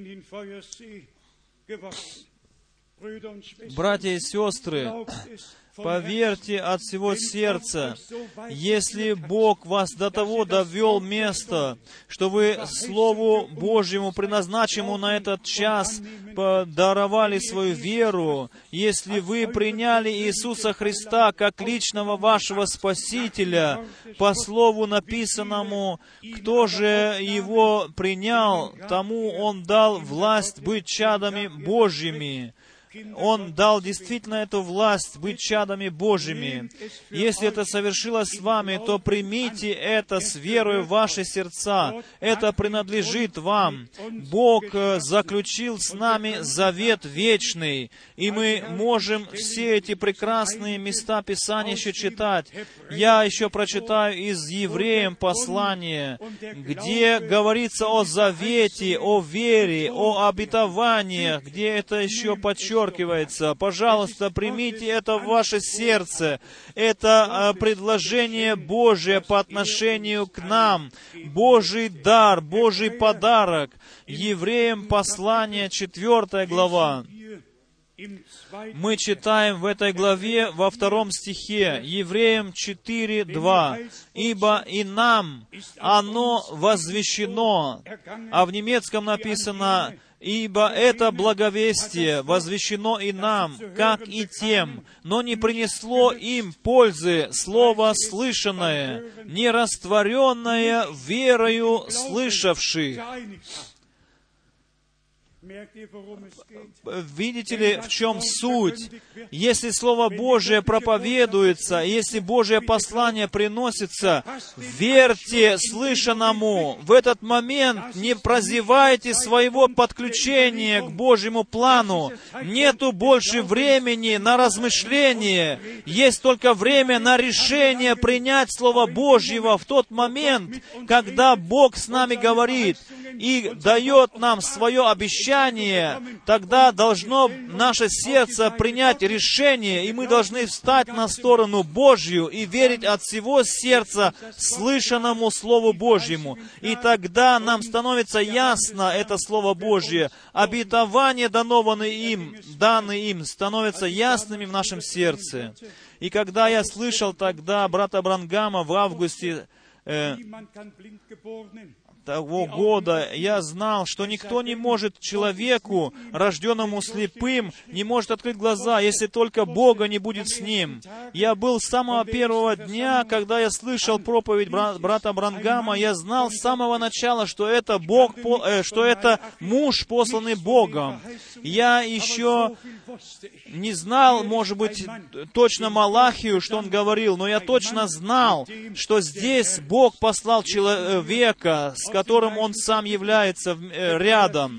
Братья и сестры, Поверьте от всего сердца, если Бог вас до того довел место, что вы Слову Божьему, предназначенному на этот час, даровали свою веру, если вы приняли Иисуса Христа как личного вашего Спасителя, по Слову написанному, кто же Его принял, тому Он дал власть быть чадами Божьими. Он дал действительно эту власть быть чадами Божьими. Если это совершилось с вами, то примите это с верой в ваши сердца. Это принадлежит вам. Бог заключил с нами завет вечный, и мы можем все эти прекрасные места Писания еще читать. Я еще прочитаю из Евреям послание, где говорится о завете, о вере, о обетованиях, где это еще подчеркивается. Пожалуйста, примите это в ваше сердце. Это предложение Божие по отношению к нам. Божий дар, Божий подарок. Евреям послание, четвертая глава. Мы читаем в этой главе во втором стихе, Евреям четыре, два. «Ибо и нам оно возвещено». А в немецком написано: «Ибо это благовестие возвещено и нам, как и тем, но не принесло им пользы слово слышанное, не растворенное верою слышавших». Видите ли, в чем суть? Если Слово Божие проповедуется, если Божие послание приносится, верьте слышанному. В этот момент не прозевайте своего подключения к Божьему плану. Нету больше времени на размышление. Есть только время на решение принять Слово Божьего в тот момент, когда Бог с нами говорит и дает нам свое обещание. Тогда должно наше сердце принять решение, и мы должны встать на сторону Божью и верить от всего сердца слышанному Слову Божьему. И тогда нам становится ясно это Слово Божье. Обетования, данные им, данные им, становятся ясными в нашем сердце. И когда я слышал тогда брата Бранхама в августе э, того года, я знал, что никто не может человеку, рожденному слепым, не может открыть глаза, если только Бога не будет с ним. Я был с самого первого дня, когда я слышал проповедь брата Бранхама, я знал с самого начала, что это Бог, что это муж, посланный Богом. Я еще не знал, может быть, точно Малахию, что он говорил, но я точно знал, что здесь Бог послал человека, с которым Он сам является рядом.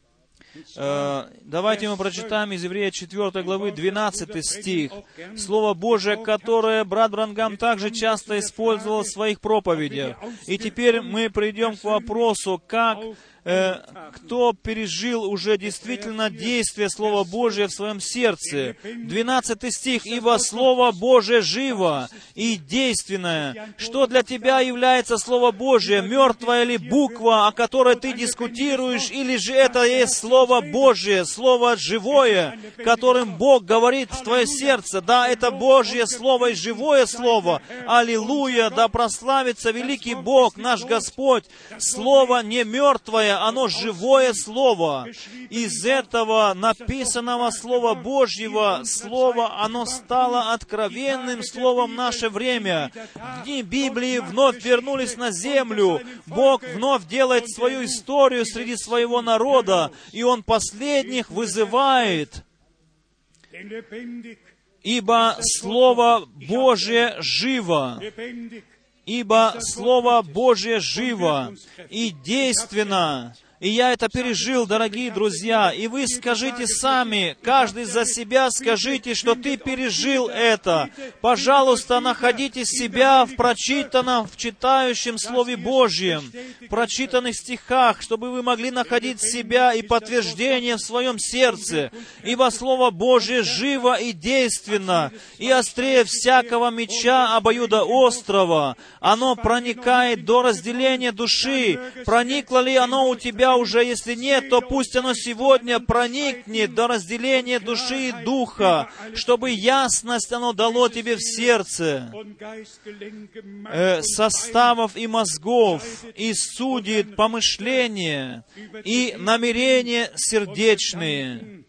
Давайте мы прочитаем из Еврея четвёртой главы двенадцатый стих. Слово Божие, которое брат Бранхам также часто использовал в своих проповедях. И теперь мы придем к вопросу, как э, кто пережил уже действительно действие Слова Божия в своем сердце. двенадцатый стих. «Ибо Слово Божие живо и действенное». Что для тебя является Слово Божие? Мертвая ли буква, о которой ты дискутируешь, или же это есть Слово Божие, Слово живое, которым Бог говорит в твое сердце? Да, это Божье Слово и живое Слово. Аллилуйя! Да прославится великий Бог, наш Господь. Слово не мертвое, оно живое Слово. Из этого написанного Слова Божьего Слова, оно стало откровенным Словом в наше время. Дни Библии вновь вернулись на землю. Бог вновь делает свою историю среди своего народа, и Он последних вызывает. Ибо Слово Божие живо. Ибо Слово Божие живо и действенно. И я это пережил, дорогие друзья. И вы скажите сами, каждый за себя скажите, что ты пережил это. Пожалуйста, находите себя в прочитанном, в читающем Слове Божьем, в прочитанных стихах, чтобы вы могли находить себя и подтверждение в своем сердце. Ибо Слово Божие живо и действенно, и острее всякого меча обоюдоострого. Оно проникает до разделения души. Проникло ли оно у тебя тебя уже, если нет, то пусть оно сегодня проникнет до разделения души и духа, чтобы ясность оно дало тебе в сердце, э, составов и мозгов, и судит помышления и намерения сердечные.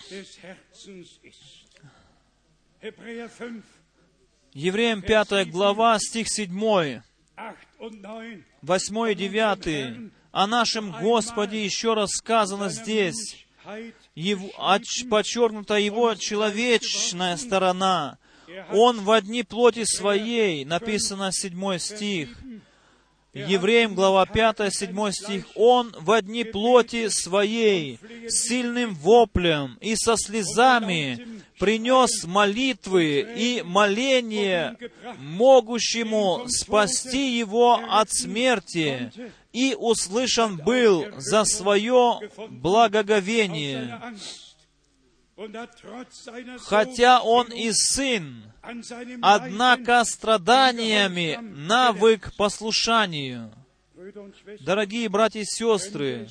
Евреям пятая глава, стих седьмой, восьмой и девятый. О нашем Господе еще раз сказано здесь. Его, подчеркнута Его человечная сторона. Он в одни плоти Своей, написано седьмой стих. Евреям, глава пятая, седьмой стих. Он в одни плоти Своей, сильным воплем и со слезами принес молитвы и моления могущему спасти его от смерти, и услышан был за свое благоговение. Хотя он и сын, однако страданиями навык послушанию. Дорогие братья и сестры,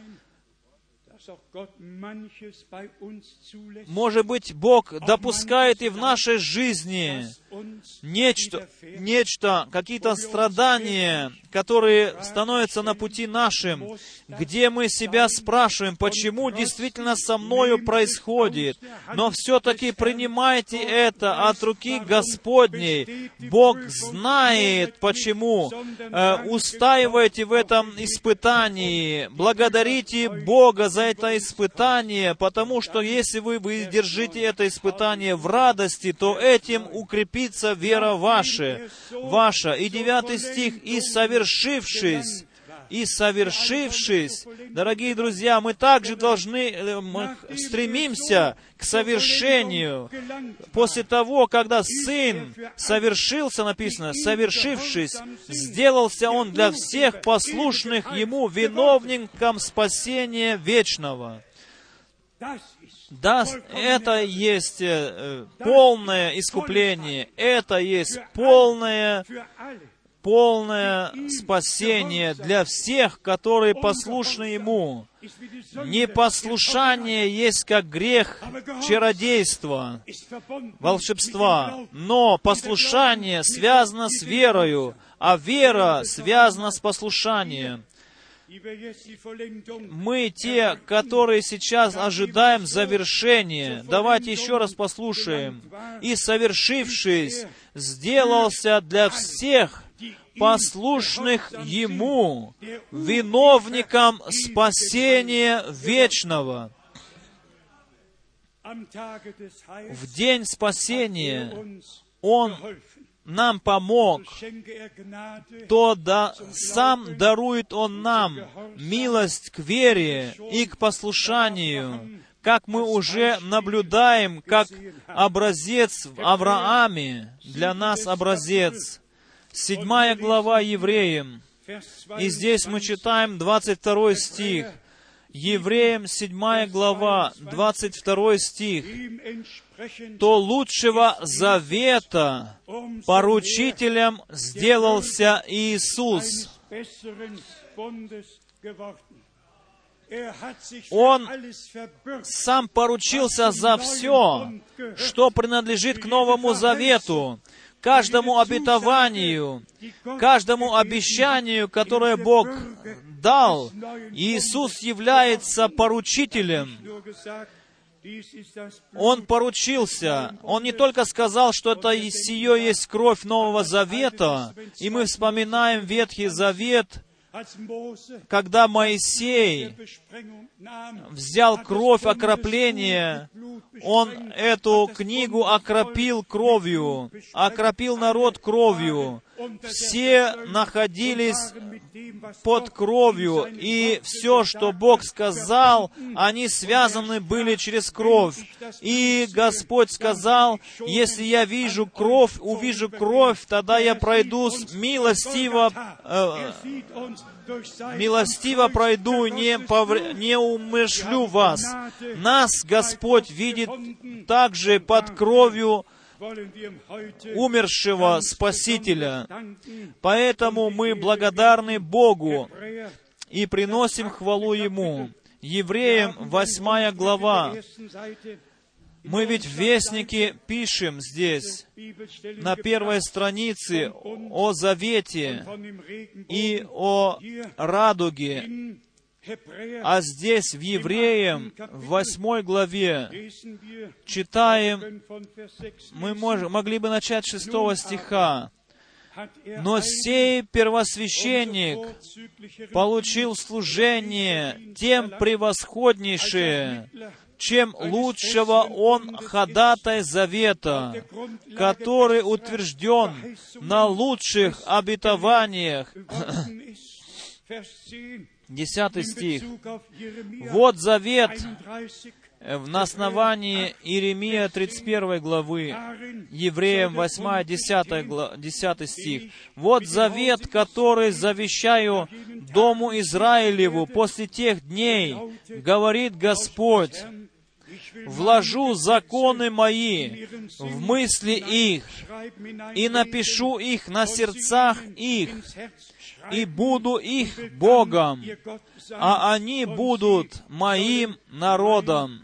может быть, Бог допускает и в нашей жизни нечто, нечто, какие-то страдания, которые становятся на пути нашим, где мы себя спрашиваем, почему действительно со мною происходит. Но все-таки принимайте это от руки Господней. Бог знает, почему. Э, устаивайте в этом испытании. Благодарите Бога за это испытание, потому что если вы выдержите это испытание в радости, то этим укрепится вера ваша. ваша. И девятый стих, «И совершившись, и совершившись», дорогие друзья, мы также должны, мы стремимся к совершению. После того, когда Сын совершился, написано, совершившись, сделался Он для всех послушных Ему виновником спасения вечного. Да, это есть э, полное искупление, это есть полное, полное спасение для всех, которые послушны Ему. Непослушание есть как грех чародейства, волшебства, но послушание связано с верою, а вера связана с послушанием. Мы те, которые сейчас ожидаем завершения. Давайте еще раз послушаем. «И совершившись, сделался для всех послушных Ему виновником спасения вечного». В день спасения Он нам помог, то да, сам дарует Он нам милость к вере и к послушанию, как мы уже наблюдаем, как образец в Аврааме, для нас образец. Седьмая глава Евреям, и здесь мы читаем двадцать второй стих. Евреям, седьмая глава, двадцать второй стих. «То лучшего завета поручителем сделался Иисус». Он сам поручился за все, что принадлежит к Новому Завету, каждому обетованию, каждому обещанию, которое Бог дал. Иисус является поручителем. Он поручился. Он не только сказал, что это сие есть кровь Нового Завета, и мы вспоминаем Ветхий Завет, когда Моисей взял кровь окропления, он эту книгу окропил кровью, окропил народ кровью. Все находились под кровью, и все, что Бог сказал, они связаны были через кровь. И Господь сказал, если я вижу кровь, увижу кровь, тогда я пройду милостиво, э, милостиво пройду, не, повр... не умышлю вас. Нас Господь видит также под кровью умершего Спасителя. Поэтому мы благодарны Богу. и приносим хвалу Ему». Евреям восьмая глава. Мы ведь в Вестнике пишем здесь, на первой странице, о завете и о радуге. А здесь, в Евреям, в восьмой главе, читаем, мы мож, могли бы начать с шестого стиха. «Но сей первосвященник получил служение тем превосходнейшее, чем лучшего он ходатай завета, который утвержден на лучших обетованиях». Десятый стих. «Вот завет на основании Иеремия тридцать первой главы, Евреям восьмая, десятый стих. «Вот завет, который завещаю дому Израилеву после тех дней, говорит Господь, вложу законы мои в мысли их, и напишу их на сердцах их, и буду их Богом, а они будут моим народом».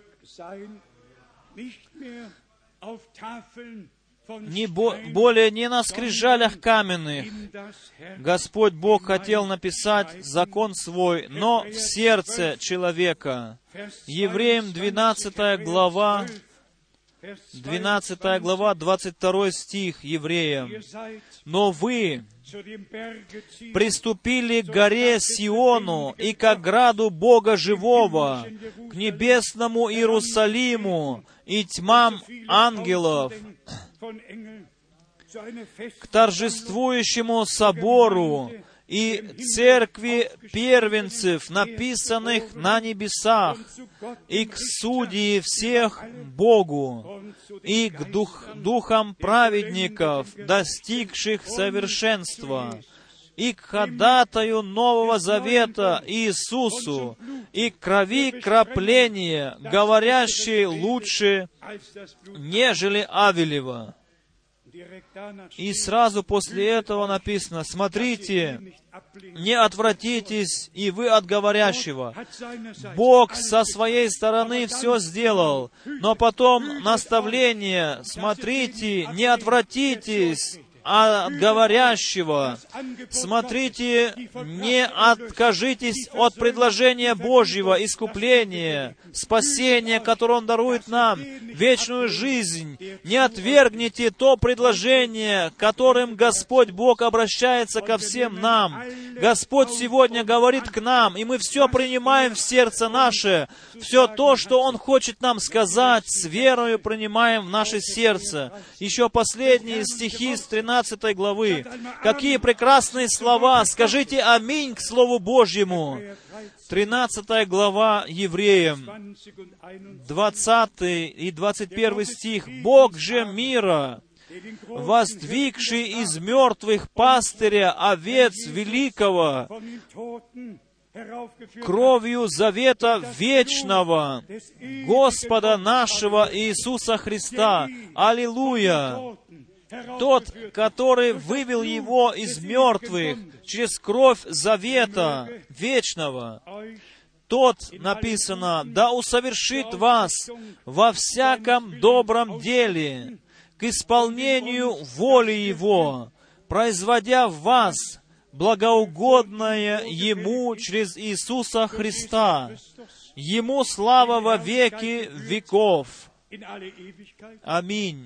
Не бо, более не на скрижалях каменных Господь Бог хотел написать закон свой, но в сердце человека. Евреям двенадцатая глава, двенадцатая глава, двадцать второй стих Евреям. «Но вы приступили к горе Сиону и к ограду Бога живого, к небесному Иерусалиму и тьмам ангелов, к торжествующему собору и церкви первенцев, написанных на небесах, и к судьи всех Богу, и к дух, духам праведников, достигших совершенства, и к ходатаю Нового Завета Иисусу, и к крови крапления, говорящей лучше, нежели Авелева». И сразу после этого написано: «Смотрите, не отвратитесь и вы от говорящего». Бог со своей стороны все сделал, но потом наставление: «Смотрите, не отвратитесь от говорящего». Смотрите, не откажитесь от предложения Божьего, искупления, спасения, которое Он дарует нам, вечную жизнь. Не отвергните то предложение, которым Господь Бог обращается ко всем нам. Господь сегодня говорит к нам, и мы все принимаем в сердце наше. Все то, что Он хочет нам сказать, с верою принимаем в наше сердце. Еще последние стихи с тринадцатой главы. Какие прекрасные слова! Скажите «Аминь» к Слову Божьему. тринадцатая глава Евреям, двадцатый и двадцать первый стих. «Бог же мира, воздвигший из мертвых пастыря овец великого, кровью завета вечного, Господа нашего Иисуса Христа». Аллилуйя! Тот, который вывел его из мертвых через кровь завета вечного, тот, написано, да усовершит вас во всяком добром деле, к исполнению воли Его, производя в вас благоугодное Ему через Иисуса Христа. Ему слава во веки веков. Аминь.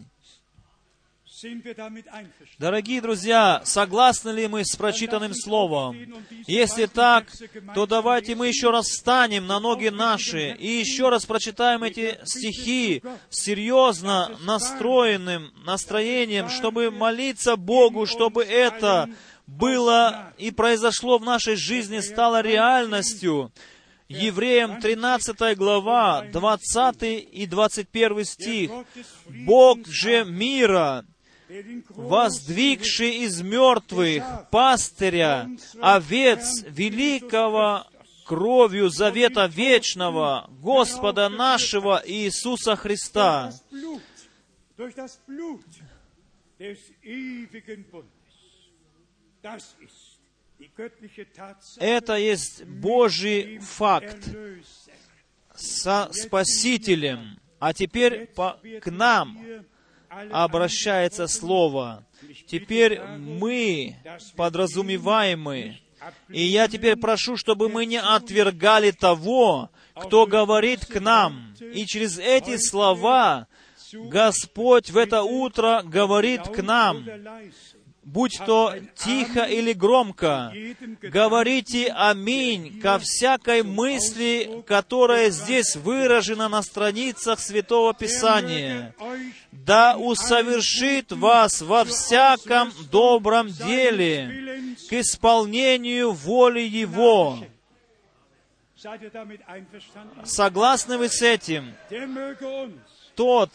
Дорогие друзья, согласны ли мы с прочитанным словом? Если так, то давайте мы еще раз встанем на ноги наши и еще раз прочитаем эти стихи с серьезно настроенным настроением, чтобы молиться Богу, чтобы это было и произошло в нашей жизни, стало реальностью. Евреям тринадцатая глава, двадцатый и двадцать первый стих. «Бог же мира, воздвигший из мертвых пастыря овец великого кровью завета вечного Господа нашего Иисуса Христа». Это есть Божий факт со Спасителем. А теперь по, к нам обращается Слово. Теперь мы подразумеваемы. И я теперь прошу, чтобы мы не отвергали того, кто говорит к нам. И через эти слова Господь в это утро говорит к нам. Будь то тихо или громко, говорите «Аминь» ко всякой мысли, которая здесь выражена на страницах Святого Писания. Да усовершит вас во всяком добром деле к исполнению воли Его. Согласны вы с этим? Тот,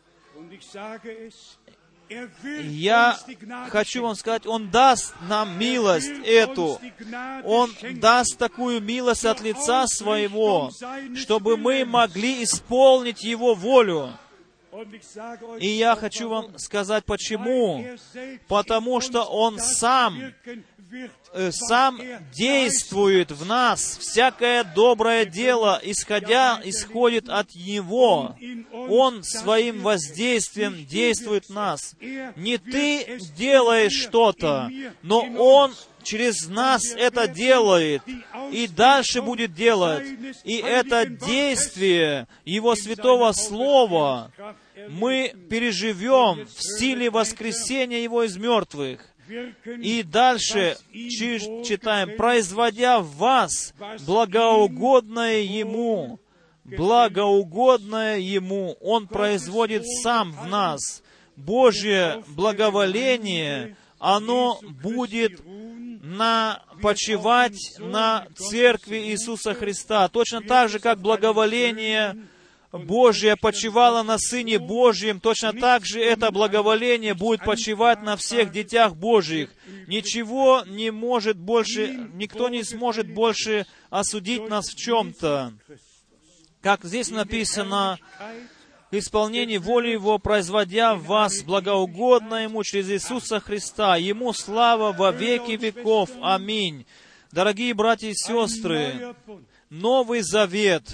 я хочу вам сказать, Он даст нам милость эту. Он даст такую милость от лица Своего, чтобы мы могли исполнить Его волю. И я хочу вам сказать, почему. Потому что Он Сам, э, Сам действует в нас. Всякое доброе дело, исходя, исходит от Него. Он своим воздействием действует в нас. Не ты делаешь что-то, но Он через нас это делает, и дальше будет делать. И это действие Его Святого Слова мы переживем в силе воскресения Его из мертвых. И дальше читаем, производя в вас благоугодное Ему. Благоугодное Ему Он производит Сам в нас. Божье благоволение, оно будет на, почивать на Церкви Иисуса Христа. Точно так же, как благоволение Божие почивало на Сыне Божьем, точно так же это благоволение будет почивать на всех детях Божьих. Ничего не может больше, никто не сможет больше осудить нас в чем-то. Как здесь написано, к исполнению воли Его, производя в вас благоугодно Ему через Иисуса Христа. Ему слава во веки веков. Аминь. Дорогие братья и сестры, Новый Завет,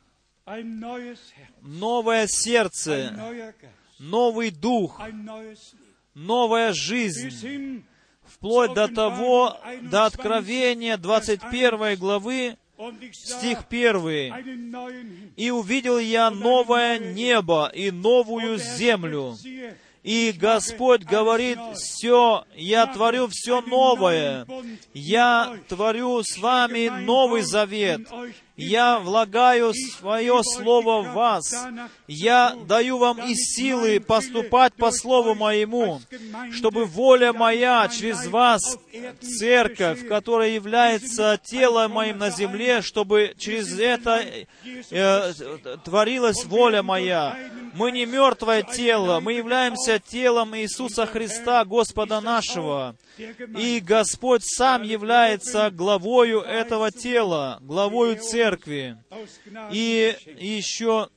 новое сердце, новый дух, новая жизнь, вплоть до того, до Откровения двадцать первой главы, стих первый. «И увидел я новое небо и новую землю. И Господь говорит, все, я творю все новое. Я творю с вами новый завет. Я влагаю свое слово в вас. Я даю вам и силы поступать по слову моему, чтобы воля моя через вас, церковь, которая является телом моим на земле, чтобы через это э, творилась воля моя. Мы не мертвое тело, мы являемся телом Иисуса Христа, Господа нашего. И Господь Сам является главою этого тела, главою церкви. И еще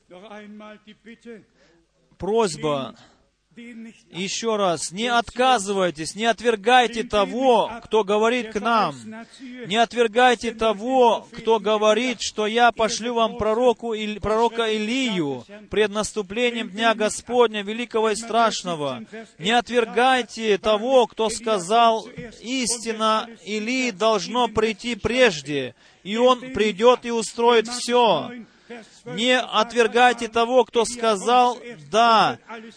просьба, еще раз, не отказывайтесь, не отвергайте того, кто говорит к нам. Не отвергайте того, кто говорит, что я пошлю вам пророку, пророка Илию пред наступлением Дня Господня, великого и страшного. Не отвергайте того, кто сказал, истина Илии должно прийти прежде, и он придет и устроит все. Не отвергайте того, кто сказал, да,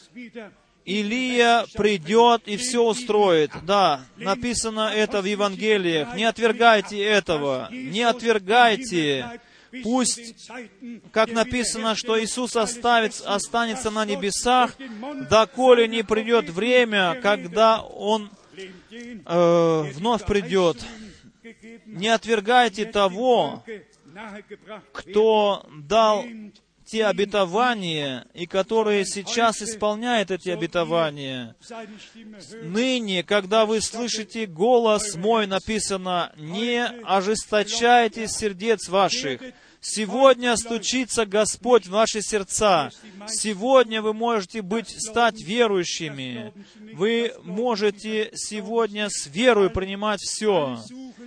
Илия придет и все устроит. Да, написано это в Евангелиях. Не отвергайте этого. Не отвергайте. Пусть, как написано, что Иисус оставит, останется на небесах, доколе не придет время, когда Он э, вновь придет. Не отвергайте того, кто дал те обетования, и которые сейчас исполняют эти обетования. Ныне, когда вы слышите голос мой, написано, не ожесточайте сердец ваших. Сегодня стучится Господь в ваши сердца. Сегодня вы можете быть, стать верующими. Вы можете сегодня с верой принимать все.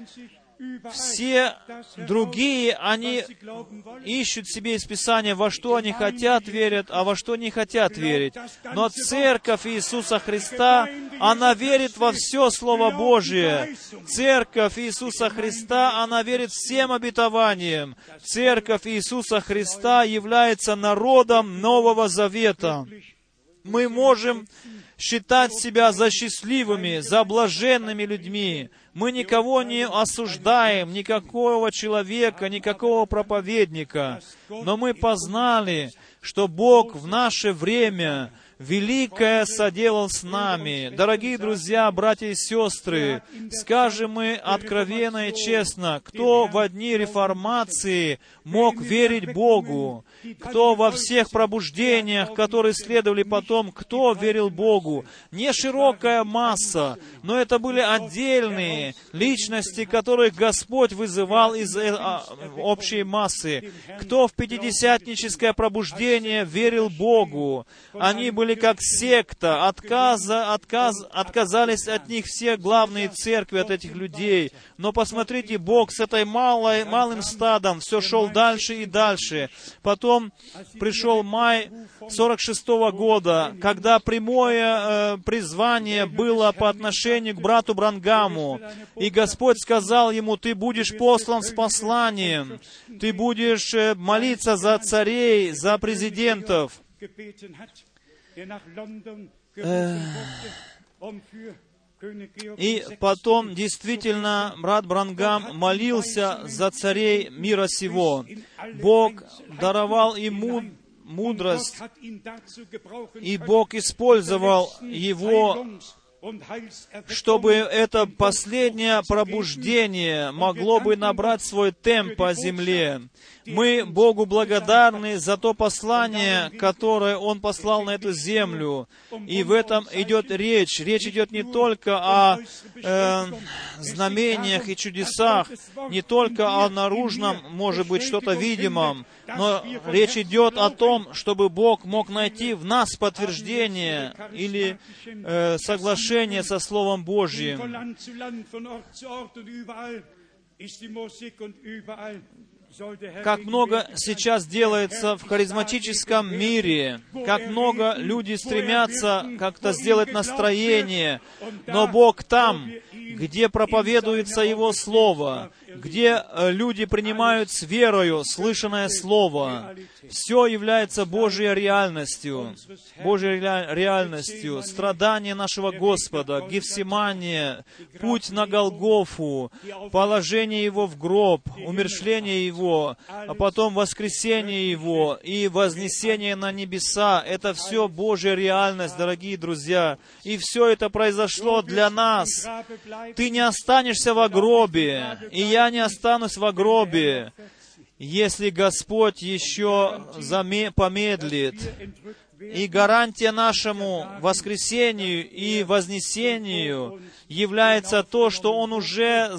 Все другие, они ищут себе из Писания, во что они хотят верить, а во что не хотят верить. Но Церковь Иисуса Христа, она верит во все Слово Божие. Церковь Иисуса Христа, она верит всем обетованиям. Церковь Иисуса Христа является народом Нового Завета. Мы можем считать себя за счастливыми, за блаженными людьми. Мы никого не осуждаем, никакого человека, никакого проповедника. Но мы познали, что Бог в наше время великое соделал с нами. Дорогие друзья, братья и сестры, скажем мы откровенно и честно, кто в дни реформации мог верить Богу? Кто во всех пробуждениях, которые следовали потом, кто верил Богу? Не широкая масса, но это были отдельные личности, которых Господь вызывал из общей массы. Кто в пятидесятническое пробуждение верил Богу? Они были как секта, отказа, отказ, отказались от них все главные церкви, от этих людей. Но посмотрите, Бог с этой малой, малым стадом все шел дальше и дальше. Потом пришел май сорок шестого года, когда прямое э, призвание было по отношению к брату Бранхаму. И Господь сказал ему: ты будешь послан с посланием, ты будешь э, молиться за царей, за президентов. И потом, действительно, брат Бранхам молился за царей мира сего. Бог даровал ему мудрость, и Бог использовал его, чтобы это последнее пробуждение могло бы набрать свой темп по земле. Мы Богу благодарны за то послание, которое Он послал на эту землю. И в этом идет речь. Речь идет не только о э, знамениях и чудесах, не только о наружном, может быть, что-то видимом, но речь идет о том, чтобы Бог мог найти в нас подтверждение или э, соглашение со Словом Божьим. Как много сейчас делается в харизматическом мире, как много люди стремятся как-то сделать настроение, но Бог там, где проповедуется Его Слово, где люди принимают с верою слышанное Слово. Все является Божьей реальностью, Божьей реальностью. Страдания нашего Господа, Гефсимания, путь на Голгофу, положение Его в гроб, умерщвление Его, а потом воскресение Его и вознесение на небеса. Это все Божья реальность, дорогие друзья. И все это произошло для нас. Ты не останешься во гробе, и я не останусь во гробе, если Господь еще заме- помедлит. И гарантия нашему воскресению и вознесению является то, что Он уже,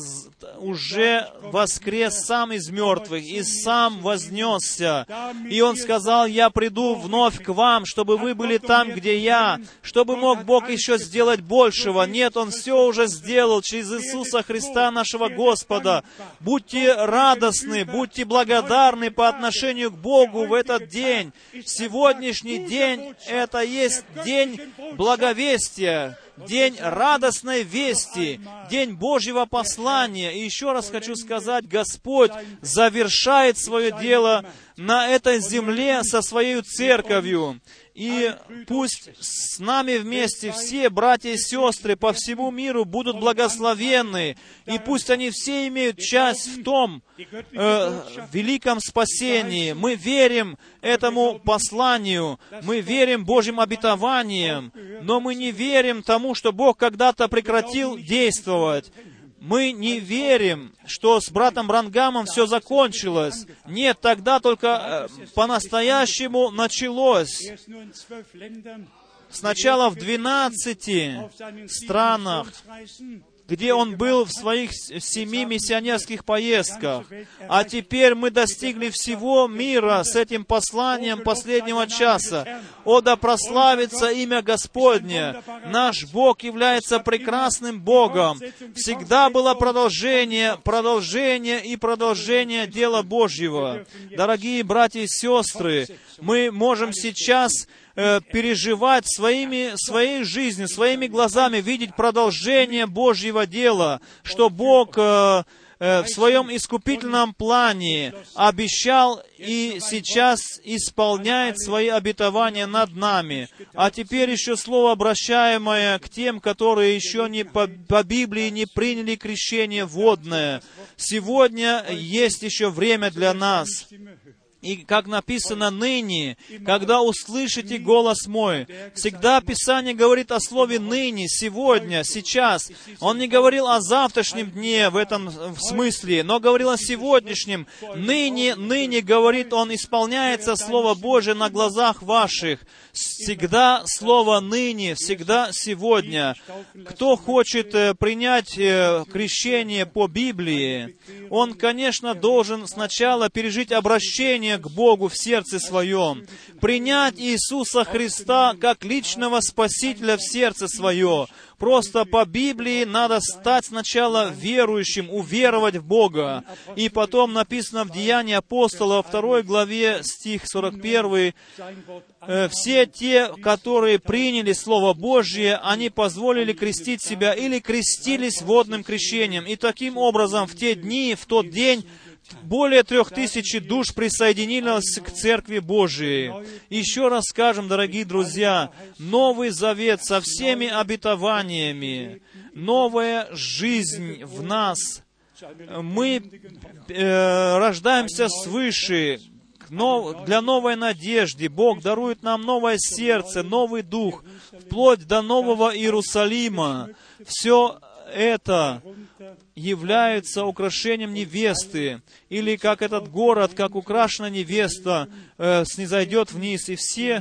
уже воскрес сам из мертвых и сам вознесся. И Он сказал: «Я приду вновь к вам, чтобы вы были там, где Я». Чтобы мог Бог еще сделать большего? Нет, Он все уже сделал через Иисуса Христа, нашего Господа. Будьте радостны, будьте благодарны по отношению к Богу в этот день. Сегодняшний день — это есть день благовестия, день радостной вести, день Божьего послания. И еще раз хочу сказать, Господь завершает свое дело на этой земле со своей церковью. И пусть с нами вместе все братья и сестры по всему миру будут благословенны, и пусть они все имеют часть в том э, великом спасении. Мы верим этому посланию, мы верим Божьим обетованиям, но мы не верим тому, что Бог когда-то прекратил действовать. Мы не верим, что с братом Бранхамом все закончилось. Нет, тогда только э, по-настоящему началось. Сначала в двенадцати странах где он был в своих семи миссионерских поездках. А теперь мы достигли всего мира с этим посланием последнего часа. О, да прославится имя Господне! Наш Бог является прекрасным Богом. Всегда было продолжение, продолжение и продолжение дела Божьего. Дорогие братья и сестры, мы можем сейчас э, переживать своими, своей жизнью, своими глазами, видеть продолжение Божьего дела, что Бог э, э, в своем искупительном плане обещал и сейчас исполняет свои обетования над нами. А теперь еще слово, обращаемое к тем, которые еще не по, по Библии не приняли крещение водное. Сегодня есть еще время для нас. И как написано ныне, когда услышите голос мой. Всегда Писание говорит о слове ныне, сегодня, сейчас. Он не говорил о завтрашнем дне в этом смысле, но говорил о сегодняшнем. Ныне, ныне, говорит он, исполняется Слово Божие на глазах ваших. Всегда слово ныне, всегда сегодня. Кто хочет принять крещение по Библии, он, конечно, должен сначала пережить обращение к Богу в сердце своем, принять Иисуса Христа как личного Спасителя в сердце свое. Просто по Библии надо стать сначала верующим, уверовать в Бога. И потом написано в Деянии апостола, второй главе, стих сорок первый, «Все те, которые приняли Слово Божье, они позволили крестить себя или крестились водным крещением». И таким образом в те дни, в тот день, более трех тысяч душ присоединилось к Церкви Божией. Еще раз скажем, дорогие друзья, Новый Завет со всеми обетованиями, новая жизнь в нас. Мы э, рождаемся свыше, для новой надежды. Бог дарует нам новое сердце, новый дух, вплоть до нового Иерусалима. Все это является украшением невесты, или как этот город, как украшена невеста, э, снизойдет вниз, и все,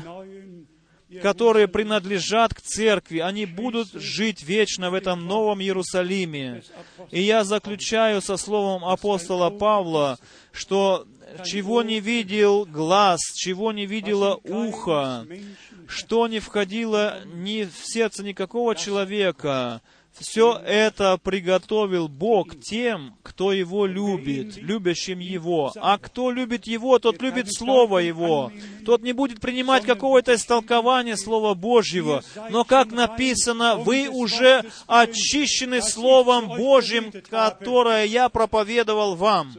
которые принадлежат к церкви, они будут жить вечно в этом новом Иерусалиме. И я заключаю со словом апостола Павла, что чего не видел глаз, чего не видело ухо, что не входило ни в сердце никакого человека, все это приготовил Бог тем, кто Его любит, любящим Его. А кто любит Его, тот любит Слово Его. Тот не будет принимать какого-то истолкования Слова Божьего. Но, как написано, вы уже очищены Словом Божьим, которое я проповедовал вам.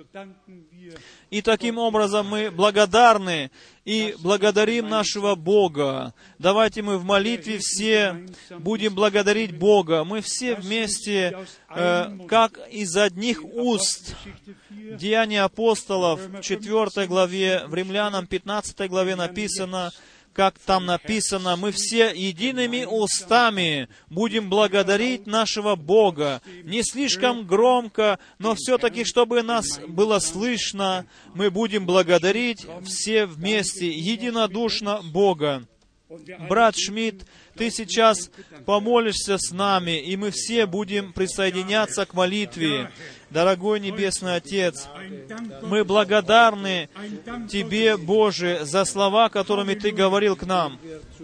И таким образом мы благодарны и благодарим нашего Бога. Давайте мы в молитве все будем благодарить Бога. Мы все вместе, э, как из одних уст. Деяния апостолов, в четвёртой главе, в Римлянам пятнадцатой главе написано, как там написано, мы все едиными устами будем благодарить нашего Бога. Не слишком громко, но все-таки, чтобы нас было слышно, мы будем благодарить все вместе, единодушно Бога. Брат Шмидт, ты сейчас помолишься с нами, и мы все будем присоединяться к молитве. Дорогой Небесный Отец, мы благодарны Тебе, Боже, за слова, которыми Ты говорил к нам.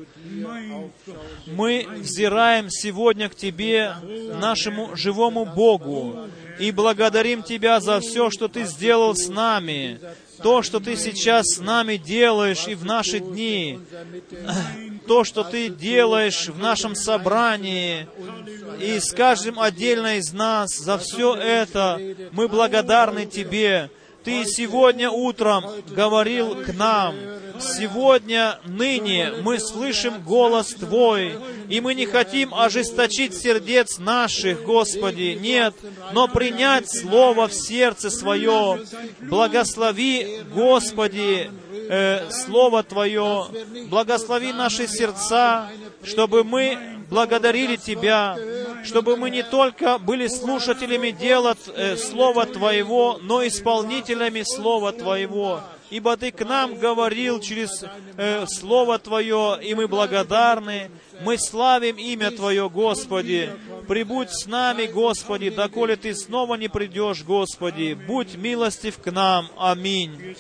Мы взираем сегодня к Тебе, нашему живому Богу, и благодарим Тебя за все, что Ты сделал с нами, то, что Ты сейчас с нами делаешь и в наши дни, то, что Ты делаешь в нашем собрании, и с каждым отдельно из нас, за все это мы благодарны Тебе. Ты сегодня утром говорил к нам. Сегодня, ныне мы слышим голос Твой, и мы не хотим ожесточить сердец наших, Господи, нет, но принять Слово в сердце свое. Благослови, Господи, э, Слово Твое, благослови наши сердца, чтобы мы благодарили Тебя, чтобы мы не только были слушателями дела э, Слова Твоего, но исполнителями Слова Твоего. Ибо Ты к нам говорил через э, Слово Твое, и мы благодарны. Мы славим имя Твое, Господи. Прибудь с нами, Господи, доколе Ты снова не придешь, Господи. Будь милостив к нам. Аминь.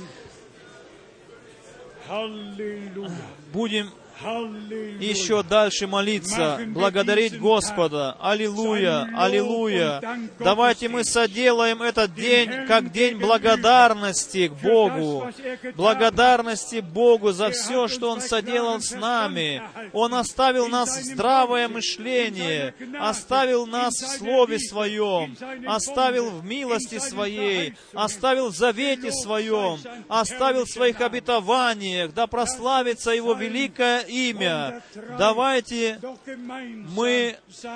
Будем еще дальше молиться, благодарить Господа. Аллилуйя, аллилуйя. Давайте мы соделаем этот день как день благодарности к Богу. Благодарности Богу за все, что Он соделал с нами. Он оставил нас в здравое мышление, оставил нас в Слове Своем, оставил в милости Своей, оставил в завете Своем, оставил в Своих обетованиях. Да прославится Его великое имя. Давайте мы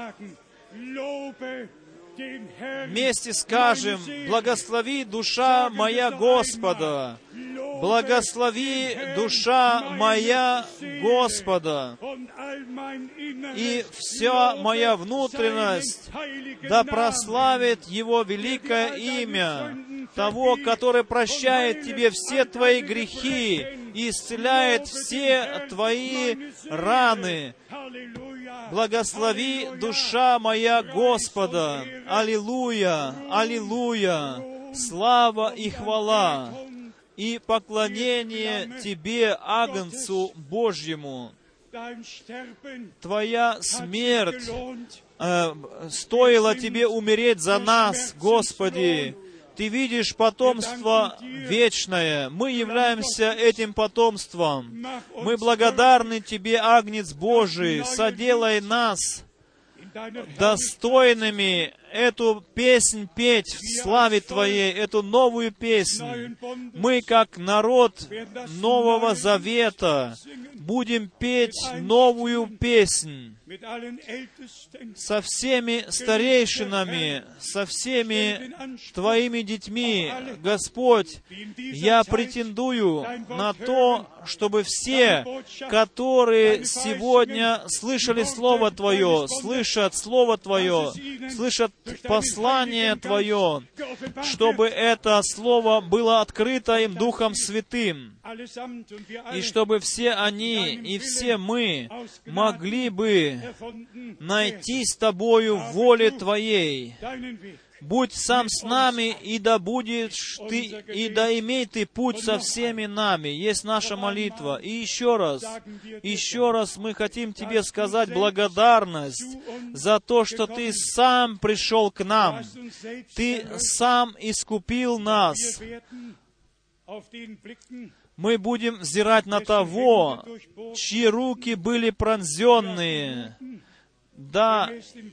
вместе скажем: «Благослови душа моя Господа! Благослови душа моя Господа! И вся моя внутренность да прославит Его великое имя, того, который прощает тебе все твои грехи и исцеляет все твои раны. Благослови душа моя Господа! Аллилуйя! Аллилуйя! Слава и хвала и поклонение Тебе, Агнцу Божьему. Твоя смерть э, стоила Тебе умереть за нас, Господи. Ты видишь потомство вечное. Мы являемся этим потомством. Мы благодарны Тебе, Агнец Божий. Соделай нас достойными эту песнь петь в славе Твоей, эту новую песнь. Мы, как народ Нового Завета, будем петь новую песнь со всеми старейшинами, со всеми Твоими детьми. Господь, я претендую на то, чтобы все, которые сегодня слышали Слово Твое, слышат Слово Твое, слышат послание Твое, чтобы это Слово было открыто им Духом Святым, и чтобы все они и все мы могли бы найти с Тобою в воле Твоей. Будь сам с нами, и да будешь Ты, и да имей Ты путь со всеми нами. Есть наша молитва. И еще раз, еще раз мы хотим Тебе сказать благодарность за то, что Ты сам пришел к нам. Ты сам искупил нас. Мы будем взирать на того, чьи руки были пронзенные. Да,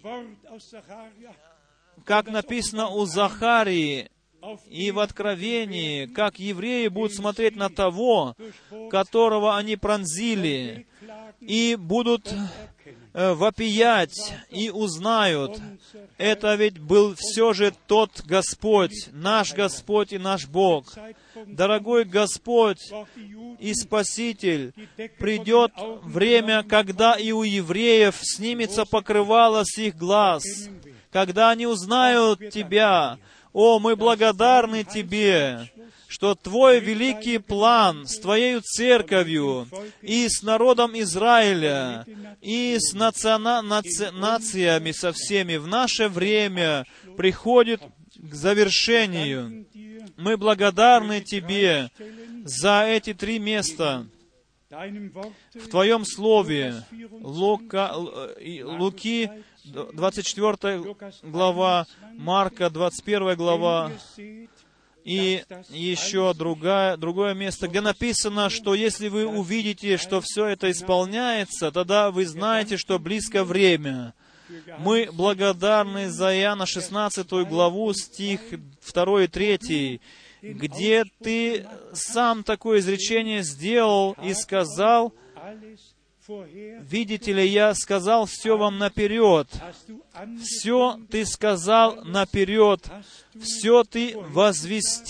как написано у Захарии и в Откровении, как евреи будут смотреть на того, которого они пронзили, и будут э, вопиять, и узнают, это ведь был все же тот Господь, наш Господь и наш Бог. Дорогой Господь и Спаситель, придет время, когда и у евреев снимется покрывало с их глаз, когда они узнают Тебя. О, мы благодарны Тебе, что Твой великий план с Твоей церковью и с народом Израиля, и с национа... наци... нациями со всеми в наше время приходит к завершению. Мы благодарны Тебе за эти три места в Твоем Слове. Лука... Луки, двадцать четвёртая глава, Марка, двадцать первая глава, и еще другая, другое место, где написано, что если вы увидите, что все это исполняется, тогда вы знаете, что близко время. Мы благодарны за Иоанна шестнадцатую главу, стих второй и третий, где Ты сам такое изречение сделал и сказал: «Видите ли, я сказал все вам наперед». Все Ты сказал наперед, все Ты возвестил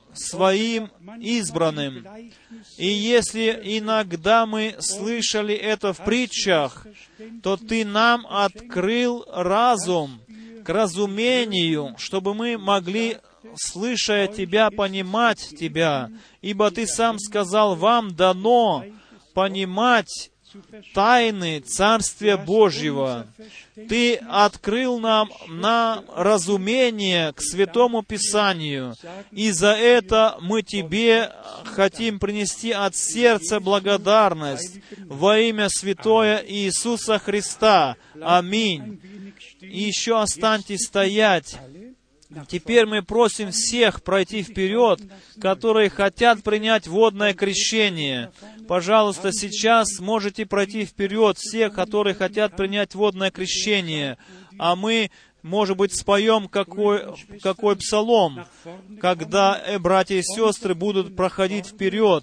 своим избранным. И если иногда мы слышали это в притчах, то Ты нам открыл разум к разумению, чтобы мы могли, слышая Тебя, понимать Тебя. Ибо Ты сам сказал, вам дано понимать тайны Царствия Божьего. Ты открыл нам на разумение к Святому Писанию, и за это мы Тебе хотим принести от сердца благодарность во имя Святое Иисуса Христа. Аминь. И еще останьтесь стоять. Теперь мы просим всех пройти вперед, которые хотят принять водное крещение. Пожалуйста, сейчас можете пройти вперед все, которые хотят принять водное крещение. А мы, может быть, споем какой, какой псалом, когда э, братья и сестры будут проходить вперед.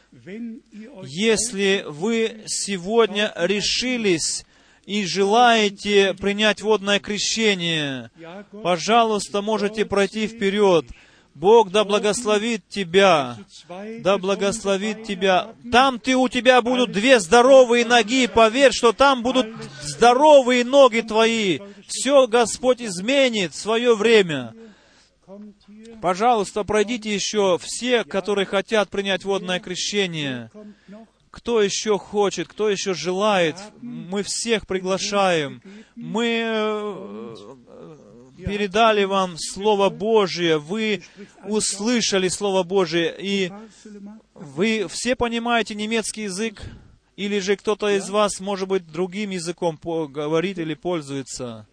Если вы сегодня решились и желаете принять водное крещение, пожалуйста, можете пройти вперед. Бог да благословит тебя, да благословит тебя. Там ты, у тебя будут две здоровые ноги, поверь, что там будут здоровые ноги твои. Все Господь изменит в свое время. Пожалуйста, пройдите еще все, которые хотят принять водное крещение. Кто еще хочет, кто еще желает, мы всех приглашаем. Мы передали вам Слово Божие, вы услышали Слово Божие, и вы все понимаете немецкий язык, или же кто-то из вас, может быть, другим языком говорит или пользуется.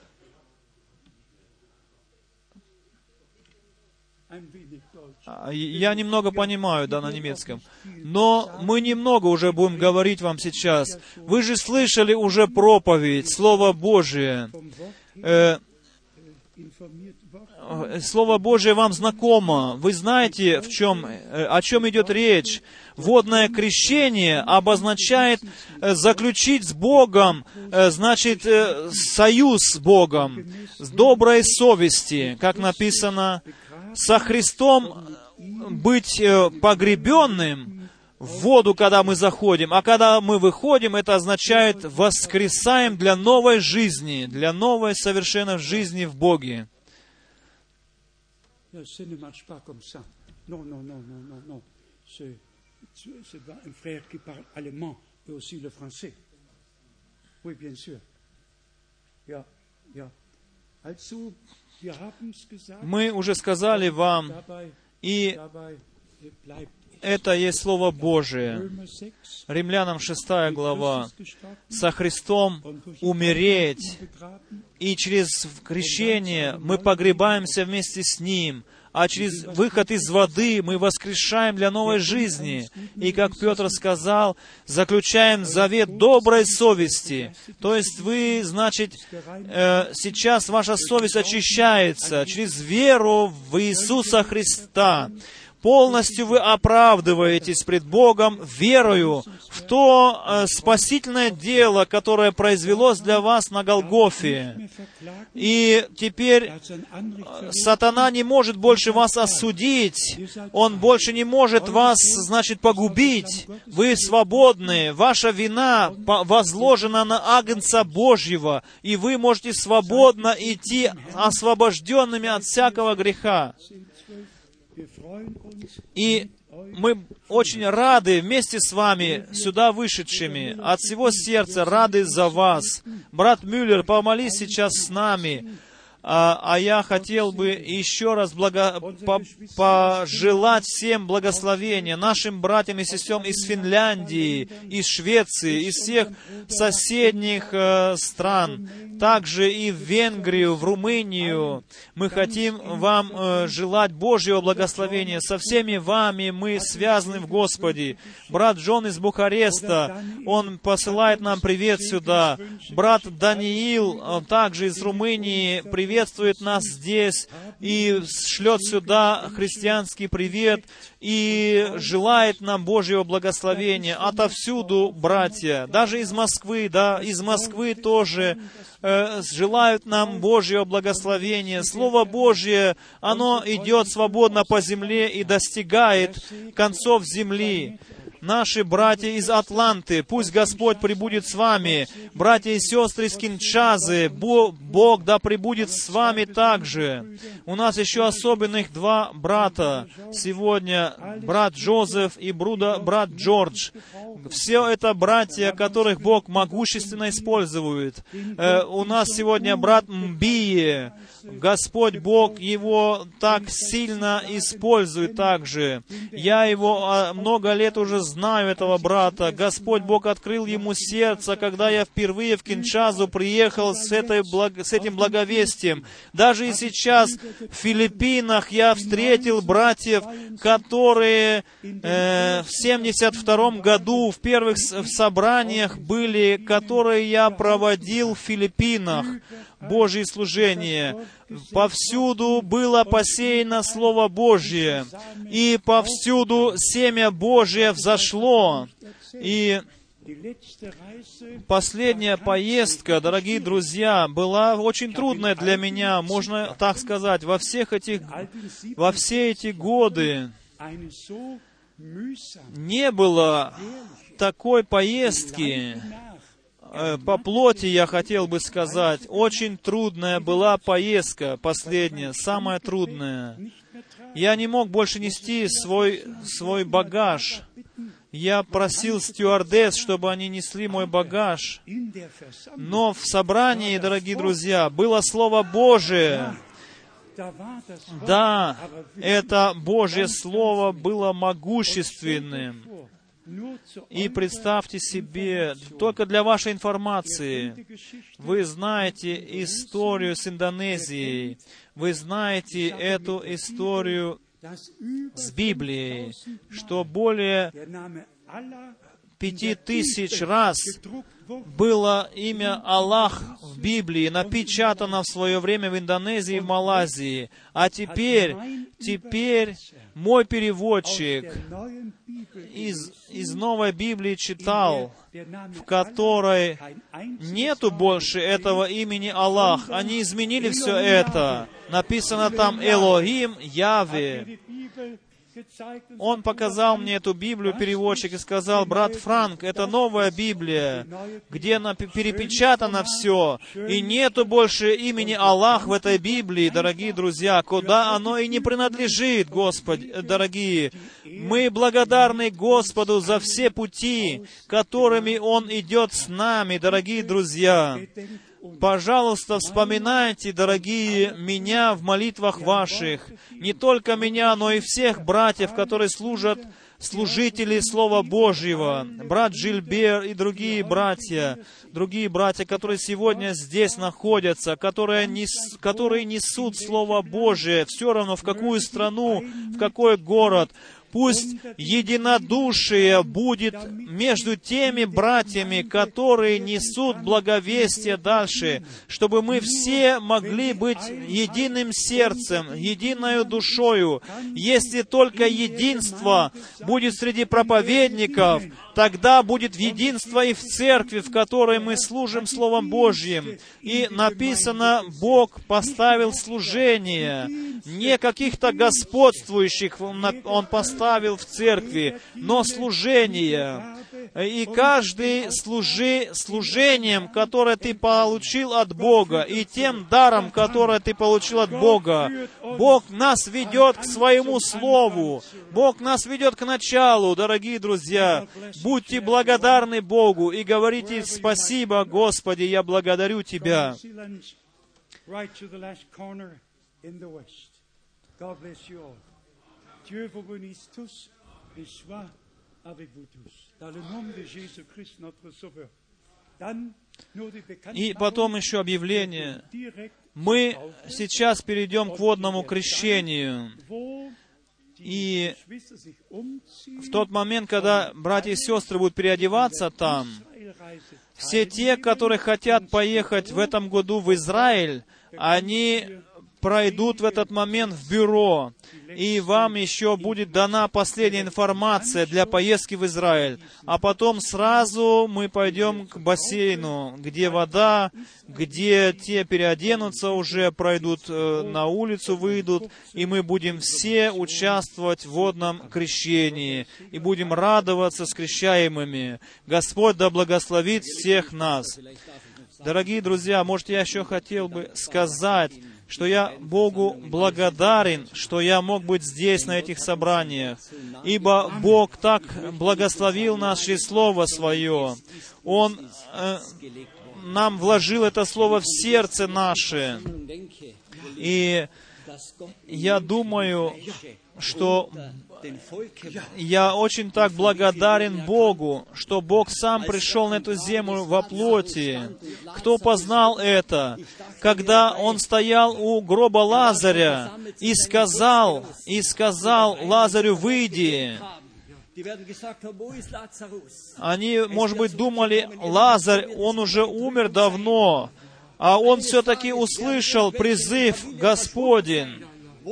Я немного понимаю, да, на немецком. Но мы немного уже будем говорить вам сейчас. Вы же слышали уже проповедь, Слово Божие. Э, Слово Божие вам знакомо. Вы знаете, в чем, о чем идет речь. Водное крещение обозначает заключить с Богом, значит, союз с Богом, с доброй совести, как написано, со Христом быть погребенным в воду, когда мы заходим, а когда мы выходим, это означает воскресаем для новой жизни, для новой совершенной жизни в Боге. Мы уже сказали вам, и это есть Слово Божие. Римлянам шестая глава. Со Христом умереть, и через крещение мы погребаемся вместе с Ним, а через выход из воды мы воскрешаем для новой жизни. И, как Петр сказал, заключаем завет доброй совести. То есть вы, значит, э, сейчас ваша совесть очищается через веру в Иисуса Христа. Полностью вы оправдываетесь пред Богом верою в то э, спасительное дело, которое произвелось для вас на Голгофе. И теперь э, сатана не может больше вас осудить, он больше не может вас, значит, погубить. Вы свободны, ваша вина возложена на Агнца Божьего, и вы можете свободно идти освобожденными от всякого греха. И мы очень рады вместе с вами, сюда вышедшими, от всего сердца рады за вас. Брат Мюллер, помолись сейчас с нами. А, а я хотел бы еще раз благо, по, пожелать всем благословения, нашим братьям и сестрам из Финляндии, из Швеции, из всех соседних э, стран, также и в Венгрию, в Румынию. Мы хотим вам э, желать Божьего благословения. Со всеми вами мы связаны в Господе. Брат Джон из Бухареста, он посылает нам привет сюда. Брат Даниил, также из Румынии, привет приветствует нас здесь и шлет сюда христианский привет и желает нам Божьего благословения. Отовсюду, братья, даже из Москвы, да, из Москвы тоже э, желают нам Божьего благословения. Слово Божье, оно идет свободно по земле и достигает концов земли. Наши братья из Атланты, пусть Господь пребудет с вами. Братья и сестры из Киншазы, Бог да пребудет с вами также. У нас еще особенных два брата сегодня, брат Джозеф и брат Джордж. Все это братья, которых Бог могущественно использует. У нас сегодня брат Мбие. Господь Бог его так сильно использует также. Я его много лет уже знаю, этого брата. Господь Бог открыл ему сердце, когда я впервые в Киншазу приехал с, этой, с этим благовестием. Даже и сейчас в Филиппинах я встретил братьев, которые э, в семьдесят втором году в первых собраниях были, которые я проводил в Филиппинах. Божье служение. Повсюду было посеяно Слово Божье, и повсюду семя Божье взошло. И последняя поездка, дорогие друзья, была очень трудная для меня, можно так сказать, во всех этих, во все эти годы не было такой поездки, по плоти, я хотел бы сказать, очень трудная была поездка, последняя, самая трудная. Я не мог больше нести свой, свой багаж. Я просил стюардесс, чтобы они несли мой багаж. Но в собрании, дорогие друзья, было Слово Божие. Да, это Божье Слово было могущественным. И представьте себе, только для вашей информации, вы знаете историю с Индонезией, вы знаете эту историю с Библией, что более пяти тысяч раз было имя Аллах в Библии, напечатано в свое время в Индонезии и в Малайзии. А теперь, теперь мой переводчик из, из новой Библии читал, в которой нету больше этого имени Аллах. Они изменили все это. Написано там Элохим Яве. Он показал мне эту Библию, переводчик, и сказал: брат Франк, это новая Библия, где перепечатано все, и нету больше имени Аллах в этой Библии, дорогие друзья, куда оно и не принадлежит, Господи, дорогие. Мы благодарны Господу за все пути, которыми Он идет с нами, дорогие друзья. Пожалуйста, вспоминайте, дорогие, меня в молитвах ваших. Не только меня, но и всех братьев, которые служат, служители Слова Божьего. Брат Жильбер и другие братья, другие братья, которые сегодня здесь находятся, которые, нес, которые несут Слово Божие, все равно в какую страну, в какой город. Пусть единодушие будет между теми братьями, которые несут благовестие дальше, чтобы мы все могли быть единым сердцем, единою душою. Если только единство будет среди проповедников, тогда будет единство и в церкви, в которой мы служим Словом Божьим. И написано, Бог поставил служение, не каких-то господствующих Он поставил в церкви, но служение. И каждый служи служением, которое ты получил от Бога, и тем даром, которое ты получил от Бога, Бог нас ведет к Своему Слову. Бог нас ведет к началу, дорогие друзья. Будьте благодарны Богу и говорите: «Спасибо, Господи, я благодарю Тебя». И потом еще объявление. Мы сейчас перейдем к водному крещению. И в тот момент, когда братья и сестры будут переодеваться там, все те, которые хотят поехать в этом году в Израиль, они пройдут в этот момент в бюро, и вам еще будет дана последняя информация для поездки в Израиль. А потом сразу мы пойдем к бассейну, где вода, где те переоденутся уже, пройдут э, на улицу, выйдут, и мы будем все участвовать в водном крещении, и будем радоваться с крещаемыми. Господь да благословит всех нас. Дорогие друзья, может, я еще хотел бы сказать, что я Богу благодарен, что я мог быть здесь, на этих собраниях, ибо Бог так благословил нас через Слово Свое. Он э, нам вложил это Слово в сердце наше. И я думаю, что я очень так благодарен Богу, что Бог сам пришел на эту землю во плоти. Кто познал это? Когда Он стоял у гроба Лазаря и сказал, и сказал Лазарю: «Выйди». Они, может быть, думали: Лазарь, он уже умер давно, а он все-таки услышал призыв Господень.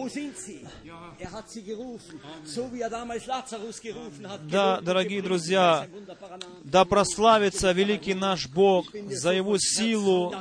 Да, дорогие друзья, да прославится великий наш Бог за Его силу.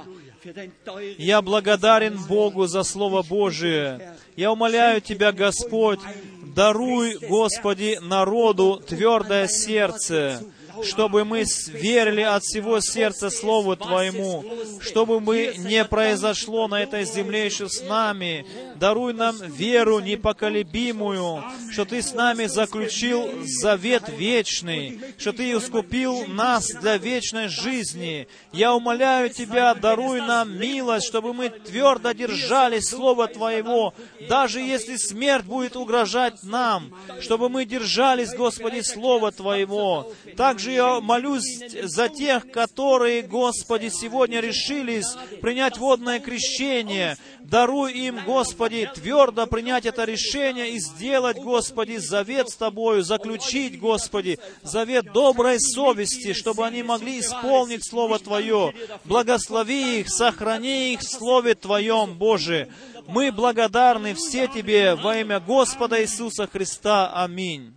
Я благодарен Богу за Слово Божие. Я умоляю Тебя, Господь, даруй, Господи, народу твердое сердце, чтобы мы верили от всего сердца Слову Твоему, чтобы мы не произошло на этой земле еще с нами. Даруй нам веру непоколебимую, что Ты с нами заключил завет вечный, что Ты искупил нас для вечной жизни. Я умоляю Тебя, даруй нам милость, чтобы мы твердо держали Слово Твоего, даже если смерть будет угрожать нам, чтобы мы держались, Господи, Слова Твоего. Также я молюсь за тех, которые, Господи, сегодня решились принять водное крещение. Даруй им, Господи, твердо принять это решение и сделать, Господи, завет с Тобою, заключить, Господи, завет доброй совести, чтобы они могли исполнить Слово Твое. Благослови их, сохрани их в Слове Твоем, Боже. Мы благодарны все Тебе во имя Господа Иисуса Христа. Аминь.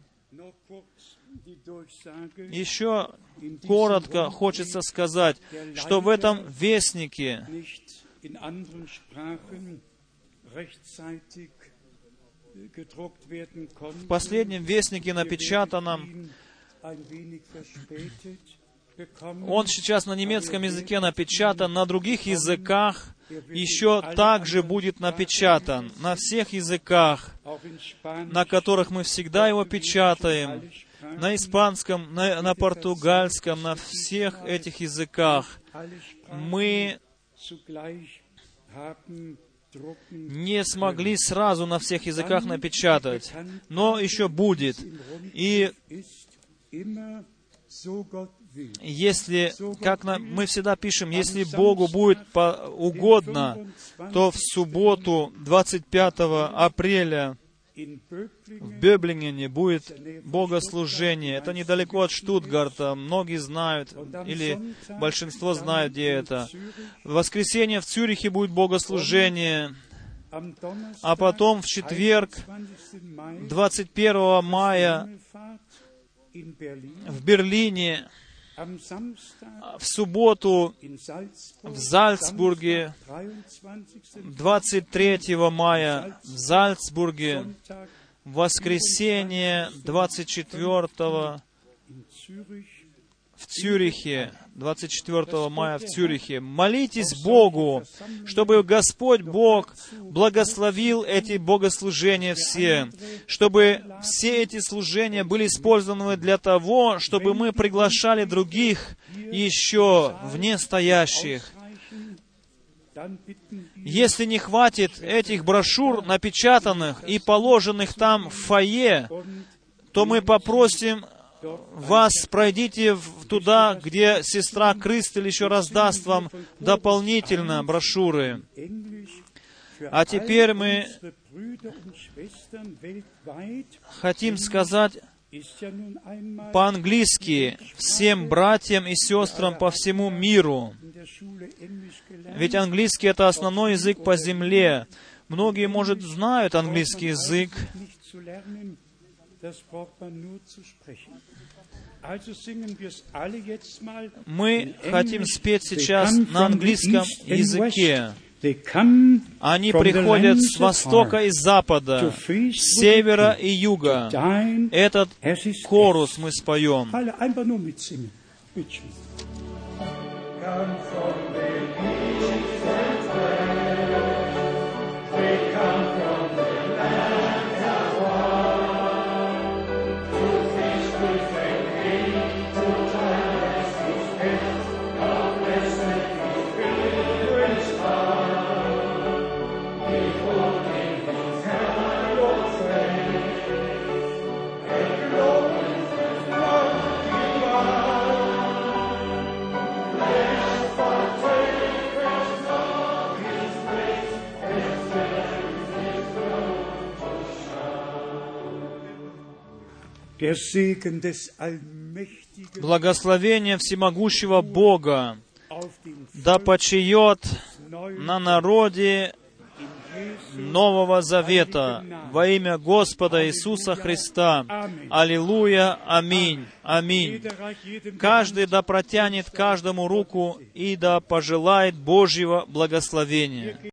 Еще коротко хочется сказать, что в этом вестнике в последнем вестнике напечатанном, он сейчас на немецком языке напечатан, на других языках еще также будет напечатан, на всех языках, на которых мы всегда его печатаем, на испанском, на, на португальском, на всех этих языках. Мы не смогли сразу на всех языках напечатать, но еще будет. И если, как на, мы всегда пишем, если Богу будет по, угодно, то в субботу, двадцать пятого апреля, в Бöblingene будет богослужение. Это недалеко от Штутгарта. Многие знают, или большинство знают, где это. В воскресенье в Цюрихе будет богослужение. А потом в четверг, двадцать первого мая, в Берлине, в субботу в Зальцбурге, двадцать третьего мая в Зальцбурге, в воскресенье двадцать четвёртого в Цюрихе, двадцать четвёртого мая в Цюрихе. Молитесь Богу, чтобы Господь Бог благословил эти богослужения все, чтобы все эти служения были использованы для того, чтобы мы приглашали других еще вне стоящих. Если не хватит этих брошюр, напечатанных и положенных там в фойе, то мы попросим вас, пройдите туда, где сестра Кристель еще раздаст вам дополнительно брошюры. А теперь мы хотим сказать по-английски всем братьям и сестрам по всему миру. Ведь английский — это основной язык по земле. Многие, может, знают английский язык. Мы хотим спеть сейчас на английском языке. Они приходят с востока и запада, с севера и юга. Этот хорус мы споем. Благословение всемогущего Бога да почиет на народе Нового Завета во имя Господа Иисуса Христа. Аллилуйя, аминь, аминь. Каждый да протянет каждому руку и да пожелает Божьего благословения.